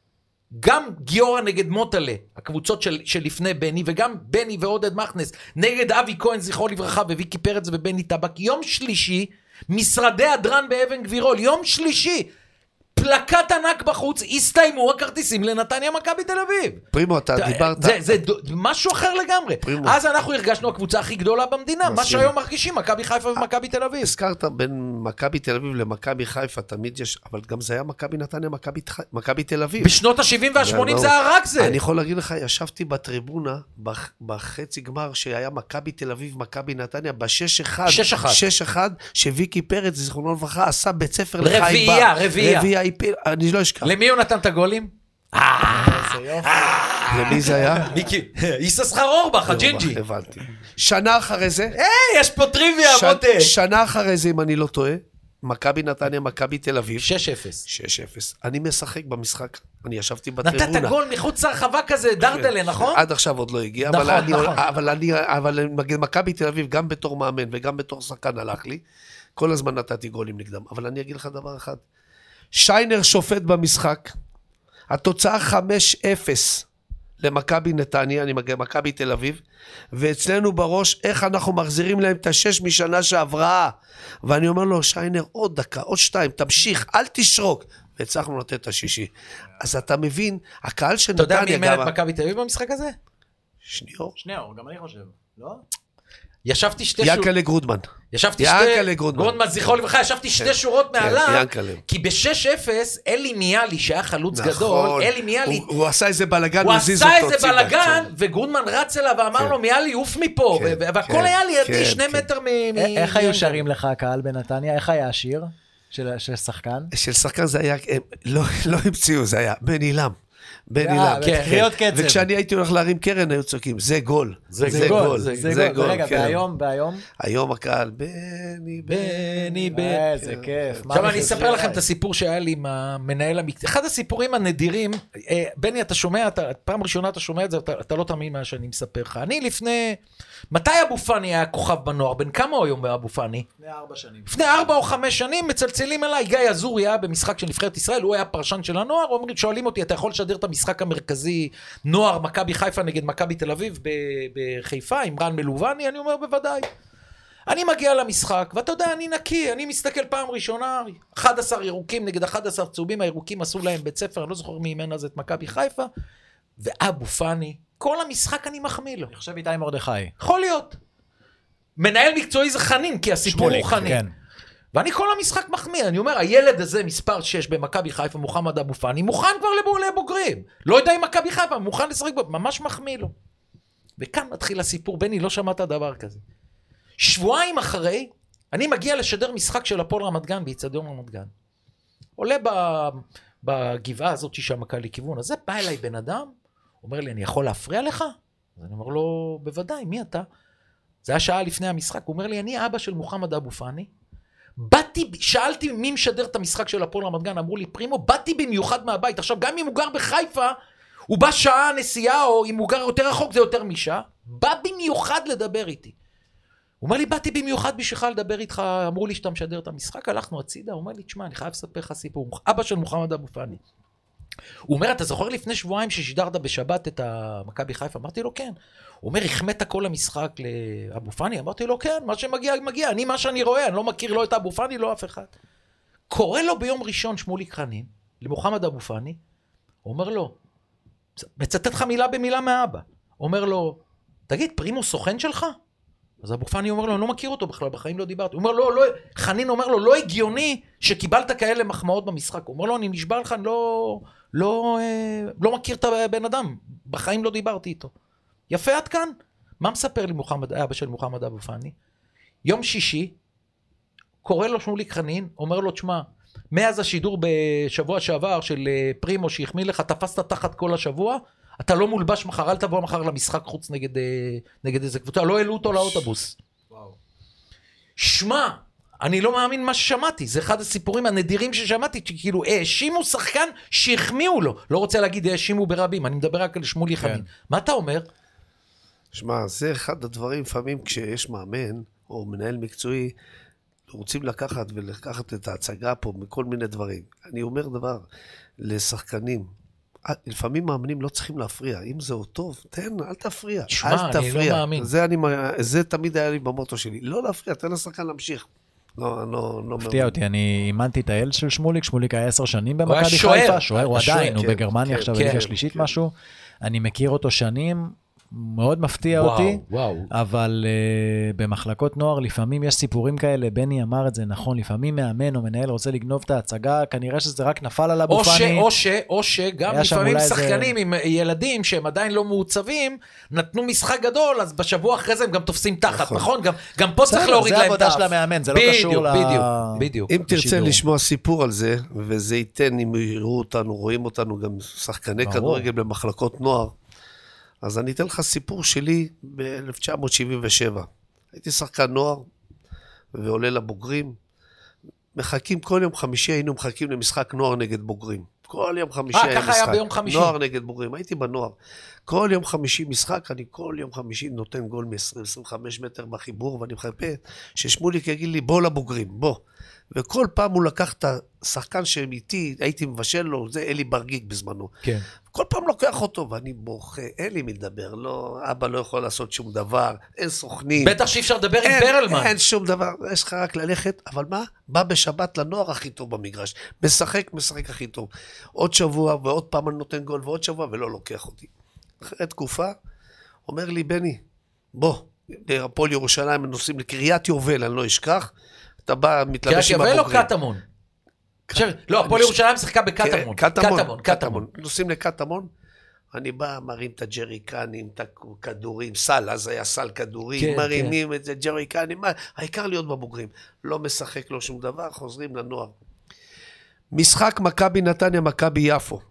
גם גיורא נגד מוטלה, הקבוצות של, של לפני בני, וגם בני ועודד מכנס, נגד אבי כהן, זכרו לברכה, וויקי פרץ ובני טבק. יום שלישי, משרדי הדרן באבן גבירול, יום שלישי, פלקט ענק בחוץ, הסתיימו הכרטיסים לנתניה מכבי תל אביב. פרימו, אתה דיברת... זה, זה משהו אחר לגמרי. פרימו. אז אנחנו הרגשנו הקבוצה הכי גדולה במדינה, מה שהיום מרגישים, מכבי חיפה ומכבי תל אביב. הזכרת בין מכבי תל אביב למכבי חיפה, תמיד יש, אבל גם זה היה מכבי נתניה, מכבי תל אביב. בשנות ה-שבעים וה-שמונים זה היה רק זה. אני יכול להגיד לך, ישבתי בטריבונה, בחצי גמר שהיה מכבי תל אביב, מכבי נתניה, ב-שש אחד. שש אחד. שש אחד, שוויקי פרץ, זיכרונו לברכה, עשה בית ספר רביעייה, רביעייה. אני לא אשכח. למי הוא נתן את הגולים? למי זה היה? מיקי, איססחר אורבך, הג'ינג'י. הבנתי. שנה אחרי זה... היי, יש פה טריוויה, מוטה. שנה אחרי זה, אם אני לא טועה, מכבי נתניה, מכבי תל אביב. שש אפס. שש אפס. אני משחק במשחק, אני ישבתי בטריבונה. נתת גול מחוץ לרחבה כזה, דרדלה, נכון? עד עכשיו עוד לא הגיע, אבל מכבי תל אביב, גם בתור מאמן וגם בתור שחקן הלך לי, כל הזמן נתתי גולים נגדם. אבל אני אגיד לך דבר אחד. שיינר שופט במשחק, התוצאה חמש אפס למכבי נתניה, אני מגיע מכבי תל אביב, ואצלנו בראש איך אנחנו מחזירים להם את השש משנה שעברה, ואני אומר לו, שיינר עוד דקה, עוד שתיים, תמשיך, אל תשרוק, והצלחנו לתת את השישי. אז אתה מבין, הקהל של נתניה... אתה יודע מי אימן את מכבי תל אביב במשחק הזה? שניאור. שניאור, גם אני חושב, לא? ישבתי שתי שורות... יקלה גרודמן. ישבתי שתי... גרודמן, זכרו לברכה, ישבתי שתי שורות מעליו, כי ב-שש אפס, אלי מיאלי, שהיה חלוץ גדול, אלי מיאלי... הוא עשה איזה בלגן, הוא עשה איזה בלגן, וגרודמן רץ אליו ואמר לו, מיאלי, עוף מפה, והכל היה לידי שני מטר מ... איך היו שרים לך הקהל בנתניה? איך היה השיר של שחקן? של שחקן זה היה... לא המציאו, זה היה בני לם. בני לם. קריאות קצב. וכשאני הייתי הולך להרים קרן, היו צועקים, זה גול. זה גול. זה גול. רגע, והיום, והיום? היום הקהל, בני, בני, בני. איזה כיף. עכשיו אני אספר לכם את הסיפור שהיה לי עם המנהל המקצועי. אחד הסיפורים הנדירים, בני, אתה שומע, פעם ראשונה אתה שומע את זה, אתה לא תאמין מה שאני מספר לך. אני לפני, מתי אבו פאני היה כוכב בנוער? בן כמה הוא היום באבו פאני? לפני ארבע שנים. לפני ארבע או חמש שנים מצלצלים אליי, גיא אזורי היה במשחק של נבחרת ישראל, הוא היה פרשן של הנוער, אומרים, שואלים אותי, אתה יכול לשדר את המשחק המרכזי, נוער, מכבי חיפה נגד מכבי תל אביב בחיפה, עם רן מלובני? אני אומר, בוודאי. אני מגיע למשחק, ואתה יודע, אני נקי, אני מסתכל פעם ראשונה, אחד עשר ירוקים נגד אחד עשר צהובים, הירוקים עשו להם בית ספר, אני לא זוכר מי אימן אז את מכבי חיפה, ואבו פאני, כל המשחק אני מחמיא לו. אני חושב איתי מרדכי. יכול להיות. מנהל מקצועי זה חנין, כי הסיפור הוא חנין. כן. ואני כל המשחק מחמיא, אני אומר, הילד הזה מספר שש במכבי חיפה, מוחמד אבו פאני, מוכן כבר לבוגרים. לא יודע אם מכבי חיפה, מוכן לשחק בו, ממש מחמיא לו. וכאן מתחיל הסיפור, בני, לא שמעת דבר כזה. שבועיים אחרי, אני מגיע לשדר משחק של הפועל רמת גן, באצטדיון רמת גן. עולה בגבעה הזאת שם קל לכיוון, אז זה בא אליי בן אדם, אומר לי, אני יכול להפריע לך? אז אני אומר לו, בוודאי, מי אתה? זה היה שעה לפני המשחק, הוא אומר לי, אני אבא של מוחמד אבו פאני, באתי, שאלתי מי משדר את המשחק של הפועל רמת גן, אמרו לי, פרימו, באתי במיוחד מהבית, עכשיו גם אם הוא גר בחיפה, הוא בא שעה נסיעה, או אם הוא גר יותר רחוק, זה יותר משעה, בא במיוחד לדבר איתי. הוא אומר לי, באתי במיוחד בשבילך לדבר איתך, אמרו לי שאתה משדר את המשחק, הלכנו הצידה, הוא אומר לי, תשמע, אני חייב לספר לך סיפור, אבא של מוחמד אבו פאני. הוא אומר, אתה זוכר לפני שבועיים ששידרת בשבת את מכבי חיפה? אמרתי לו, כן. הוא אומר, החמאת כל המשחק לאבו פאני? אמרתי לו, כן, מה שמגיע, מגיע. אני, מה שאני רואה, אני לא מכיר לא את אבו פאני, לא אף אחד. קורא לו ביום ראשון שמוליק חנין, למוחמד אבו פאני, הוא אומר לו, מצטט לך מילה במילה מהאבא. הוא אומר לו, תגיד, פרימו סוכן שלך? אז אבו פאני אומר לו, אני לא מכיר אותו בכלל, בחיים לא דיברתי. הוא אומר לו, לא, חנין אומר לו, לא הגיוני שקיבלת כאלה מחמאות במשחק. הוא אומר לו, אני נשבע לך, אני לא, לא, לא מכיר את הבן אדם, בחיים לא דיברתי איתו. יפה עד כאן? מה מספר לי מוחמד, אבא של מוחמד אבו פאני? יום שישי, קורא לו שמוליק חנין, אומר לו, תשמע, מאז השידור בשבוע שעבר של פרימו שהחמיא לך, תפסת תחת כל השבוע, אתה לא מולבש מחר, אל תבוא מחר למשחק חוץ נגד, נגד איזה קבוצה, לא העלו אותו לאוטובוס. וואו. שמע, אני לא מאמין מה ששמעתי, זה אחד הסיפורים הנדירים ששמעתי, שכאילו האשימו שחקן שהחמיאו לו, לא רוצה להגיד האשימו ברבים, אני מדבר רק על שמולי כן. חנין. מה אתה אומר? שמע, זה אחד הדברים, לפעמים כשיש מאמן, או מנהל מקצועי, רוצים לקחת ולקחת את ההצגה פה מכל מיני דברים. אני אומר דבר לשחקנים, לפעמים מאמנים לא צריכים להפריע, אם זה טוב, תן, אל תפריע, שמה, אל תפריע. אני לא מאמין. זה, אני, זה תמיד היה לי במוטו שלי, לא להפריע, תן לשחקן להמשיך. לא, לא, לא מפתיע אותי, אני אימנתי את הילד של שמוליק, שמוליק היה עשר שנים במכבי חיפה, שוער, הוא עדיין, הוא בגרמניה עכשיו בליגה שלישית משהו, אני מכיר אותו שנים, מאוד מפתיע וואו, אותי, וואו. אבל uh, במחלקות נוער לפעמים יש סיפורים כאלה, בני אמר את זה נכון, לפעמים מאמן או מנהל רוצה לגנוב את ההצגה, כנראה שזה רק נפל על אבו פאני. או ש, או שגם לפעמים שחקנים זה... עם ילדים שהם עדיין לא מעוצבים, נתנו משחק גדול, אז בשבוע אחרי זה הם גם תופסים תחת, נכון? נכון? גם, גם פה צריך להוריד להם דף. זה עבודה של המאמן, זה לא בדיוק, קשור בדיוק, ל... בדיוק. אם תרצה לשמוע סיפור על זה, וזה ייתן, אם יראו אותנו, רואים אותנו גם שחקני כדורגל במחלקות נוער, אז אני אתן לך סיפור שלי ב-אלף תשע מאות שבעים ושבע. הייתי שחקן נוער, ועולה לבוגרים. מחכים, כל יום חמישי היינו מחכים למשחק נוער נגד בוגרים. כל יום חמישי 아, היה משחק. ככה היה ביום חמישי. נוער נגד בוגרים, הייתי בנוער. כל יום חמישי משחק, אני כל יום חמישי נותן גול מ-עשרים עד עשרים וחמש מטר בחיבור, ואני מחכה ששמוליק יגיד לי, בוא לבוגרים, בוא. וכל פעם הוא לקח את השחקן שאיתי, הייתי מבשל לו, זה אלי ברגיג בזמנו. כן. כל פעם לוקח אותו, ואני בוכה, אין לי מי לדבר, לא, אבא לא יכול לעשות שום דבר, אין סוכנים. בטח שאי אפשר לדבר עם פרלמן. אין שום דבר, יש לך רק ללכת, אבל מה? בא בשבת לנוער הכי טוב במגרש, משחק, משחק הכי טוב. עוד שבוע, ועוד פעם אני נותן גול, ועוד שבוע, ולא לוקח אותי. אחרי תקופה, אומר לי, בני, בוא, הפועל ירושלים, נוסעים לקריית יובל, אני לא אשכח, אתה בא, מתלבש עם הבוגרים. קריית יובל או קטמון? לא, הפועל ירושלים שיחקה בקטמון. קטמון, קטמון. נוסעים לקטמון, אני בא, מרים את הג'ריקנים, את הכדורים, סל, אז היה סל כדורים, מרימים את זה, ג'ריקנים, העיקר להיות בבוגרים. לא משחק לו שום דבר, חוזרים לנוער. משחק מכבי נתניה, מכבי יפו.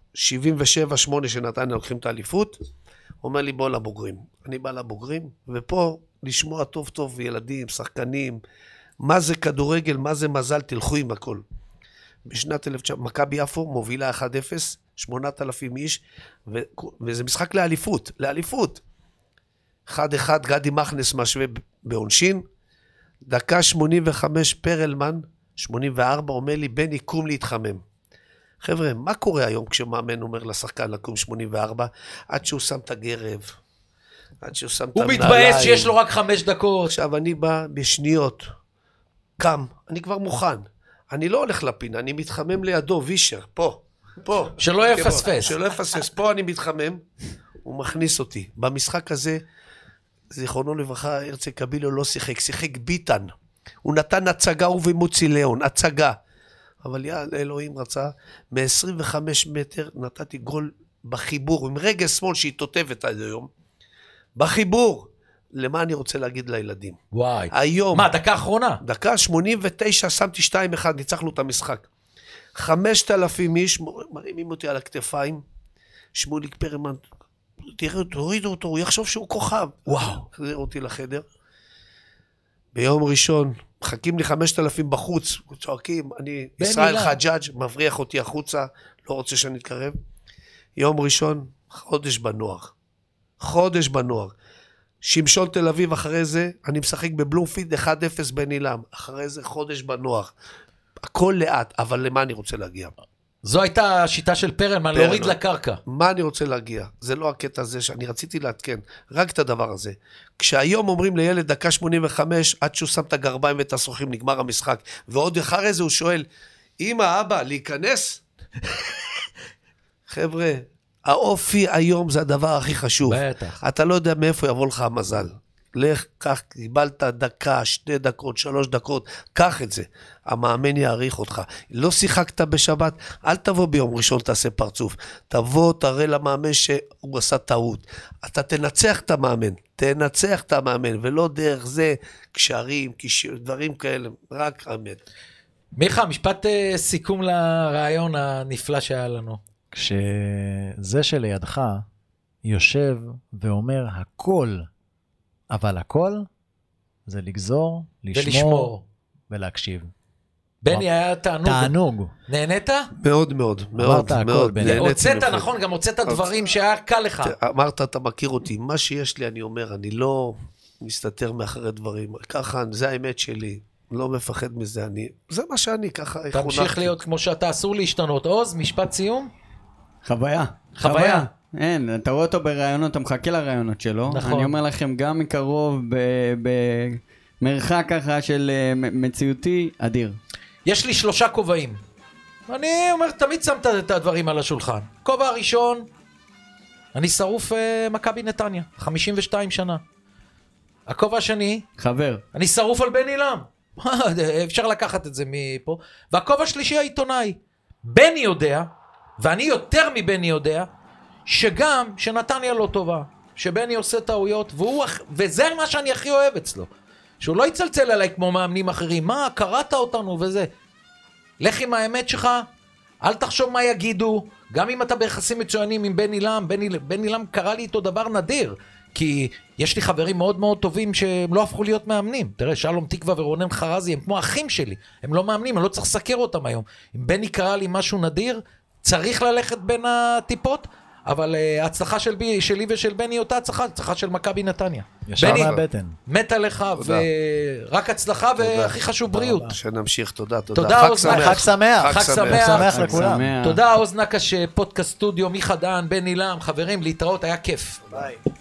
שבעים ושבע שמונה שנתניה לוקחים את האליפות, אומר לי בוא לבוגרים. אני בא לבוגרים, ופה לשמוע טוב טוב ילדים, שחקנים, מה זה כדורגל, מה זה מזל, תלכו עם הכל. בשנת אלף תשע מאות, מכבי יפו מובילה אחת אפס, שמונת אלפים איש, ו... וזה משחק לאליפות, לאליפות. אחד אחד, גדי מכנס משווה בעונשין, דקה שמונים וחמש פרלמן, שמונים וארבע, אומר לי, בני, קום להתחמם. חבר'ה, מה קורה היום כשמאמן אומר לשחקן לקום שמונים וארבע, עד שהוא שם את הגרב, עד שהוא שם את המנהליים. הוא מתבאס שיש לו רק חמש דקות. עכשיו, אני בא בשניות, קם, אני כבר מוכן. אני לא הולך לפינה, אני מתחמם לידו, וישר, פה, פה. שלא יפספס. שלא יפספס, פה אני מתחמם, הוא מכניס אותי. במשחק הזה, זיכרונו לברכה, הרצל קבילו לא שיחק, שיחק ביטן. הוא נתן הצגה ובמוצי ליאון, הצגה. אבל יא, אלוהים רצה, מ-עשרים וחמישה מטר נתתי גול בחיבור, עם רגל שמאל שהיא תותבת עד היום, בחיבור. למה אני רוצה להגיד לילדים? וואי. היום. מה, דקה אחרונה? דקה שמונים ותשע, שמתי שתיים אחד, ניצחנו את המשחק. חמשת אלפים איש, מרימים אותי על הכתפיים, שמוליק פרלמן, תראו, תורידו אותו, הוא יחשוב שהוא כוכב. וואו. החזיר אותי לחדר. ביום ראשון, מחכים לי חמשת אלפים בחוץ, צועקים, אני, ישראל חג'אג' מבריח אותי החוצה, לא רוצה שאני אתקרב. יום ראשון, חודש בנוער. חודש בנוער. שמשון תל אביב, אחרי זה, אני משחק בבלומפילד אחד אפס בן אילם. אחרי זה חודש בנוער. הכל לאט, אבל למה אני רוצה להגיע? זו הייתה השיטה של פרלמן, להוריד לקרקע. מה אני רוצה להגיע? זה לא הקטע הזה שאני רציתי להתקן, רק את הדבר הזה. כשהיום אומרים לילד דקה שמונים וחמש, עד שהוא שם את הגרביים ואת הסוחים, נגמר המשחק, ועוד אחרי זה הוא שואל, אמא, אבא, להיכנס? חבר'ה, האופי היום זה הדבר הכי חשוב. בטח. אתה לא יודע מאיפה יבוא לך המזל. לך, קח, קיבלת דקה, שתי דקות, שלוש דקות, קח את זה. המאמן יעריך אותך. לא שיחקת בשבת, אל תבוא ביום ראשון, תעשה פרצוף. תבוא, תראה למאמן שהוא עשה טעות. אתה תנצח את המאמן, תנצח את המאמן, ולא דרך זה, קשרים, דברים כאלה, רק אמת. מיכה, משפט סיכום לרעיון הנפלא שהיה לנו. כשזה שלידך יושב ואומר הכל, אבל הכל זה לגזור, לשמור, ולשמור. ולהקשיב. בני, היה תענוג. תענוג. נהנית? מאוד מאוד, מאוד, מאוד. הוצאת, נכון, גם הוצאת דברים שהיה קל לך. אמרת, אתה מכיר אותי, מה שיש לי אני אומר, אני לא מסתתר מאחרי דברים, ככה, זה האמת שלי, לא מפחד מזה, אני, זה מה שאני, ככה תמשיך להיות כמו שאתה, אסור להשתנות. עוז, משפט סיום? חוויה. חוויה. אין, אתה רואה אותו ברעיונות, אתה מחכה לרעיונות שלו. נכון. אני אומר לכם, גם מקרוב, במרחק ככה של מציאותי, אדיר. יש לי שלושה כובעים. אני אומר, תמיד שמת את הדברים על השולחן. כובע הראשון, אני שרוף uh, מכבי נתניה, חמישים ושתיים שנה. הכובע השני, חבר. אני שרוף על בן אילם. אפשר לקחת את זה מפה. והכובע השלישי, העיתונאי. בני יודע, ואני יותר מבני יודע, שגם שנתניה לא טובה, שבני עושה טעויות, והוא, וזה מה שאני הכי אוהב אצלו. שהוא לא יצלצל עליי כמו מאמנים אחרים, מה, קראת אותנו וזה. לך עם האמת שלך, אל תחשוב מה יגידו, גם אם אתה ביחסים מצוינים עם בן אילם, בן, בן אילם קרא לי איתו דבר נדיר, כי יש לי חברים מאוד מאוד טובים שהם לא הפכו להיות מאמנים. תראה, שלום תקווה ורונן חרזי, הם כמו אחים שלי, הם לא מאמנים, אני לא צריך לסקר אותם היום. אם בני קרא לי משהו נדיר, צריך ללכת בין הטיפות, אבל uh, ההצלחה של בי, שלי ושל בני אותה הצלחה, הצלחה של מכבי נתניה. ישר מהבטן. מת עליך, ורק הצלחה, והכי חשוב בריאות. שנמשיך, תודה, תודה. תודה, חג שמח. חג שמח. חג שמח. שמח לכולם. תודה, עוז נקש, פודקאסט סטודיו, מיכה דהן, בן אילם, חברים, להתראות, היה כיף. ביי.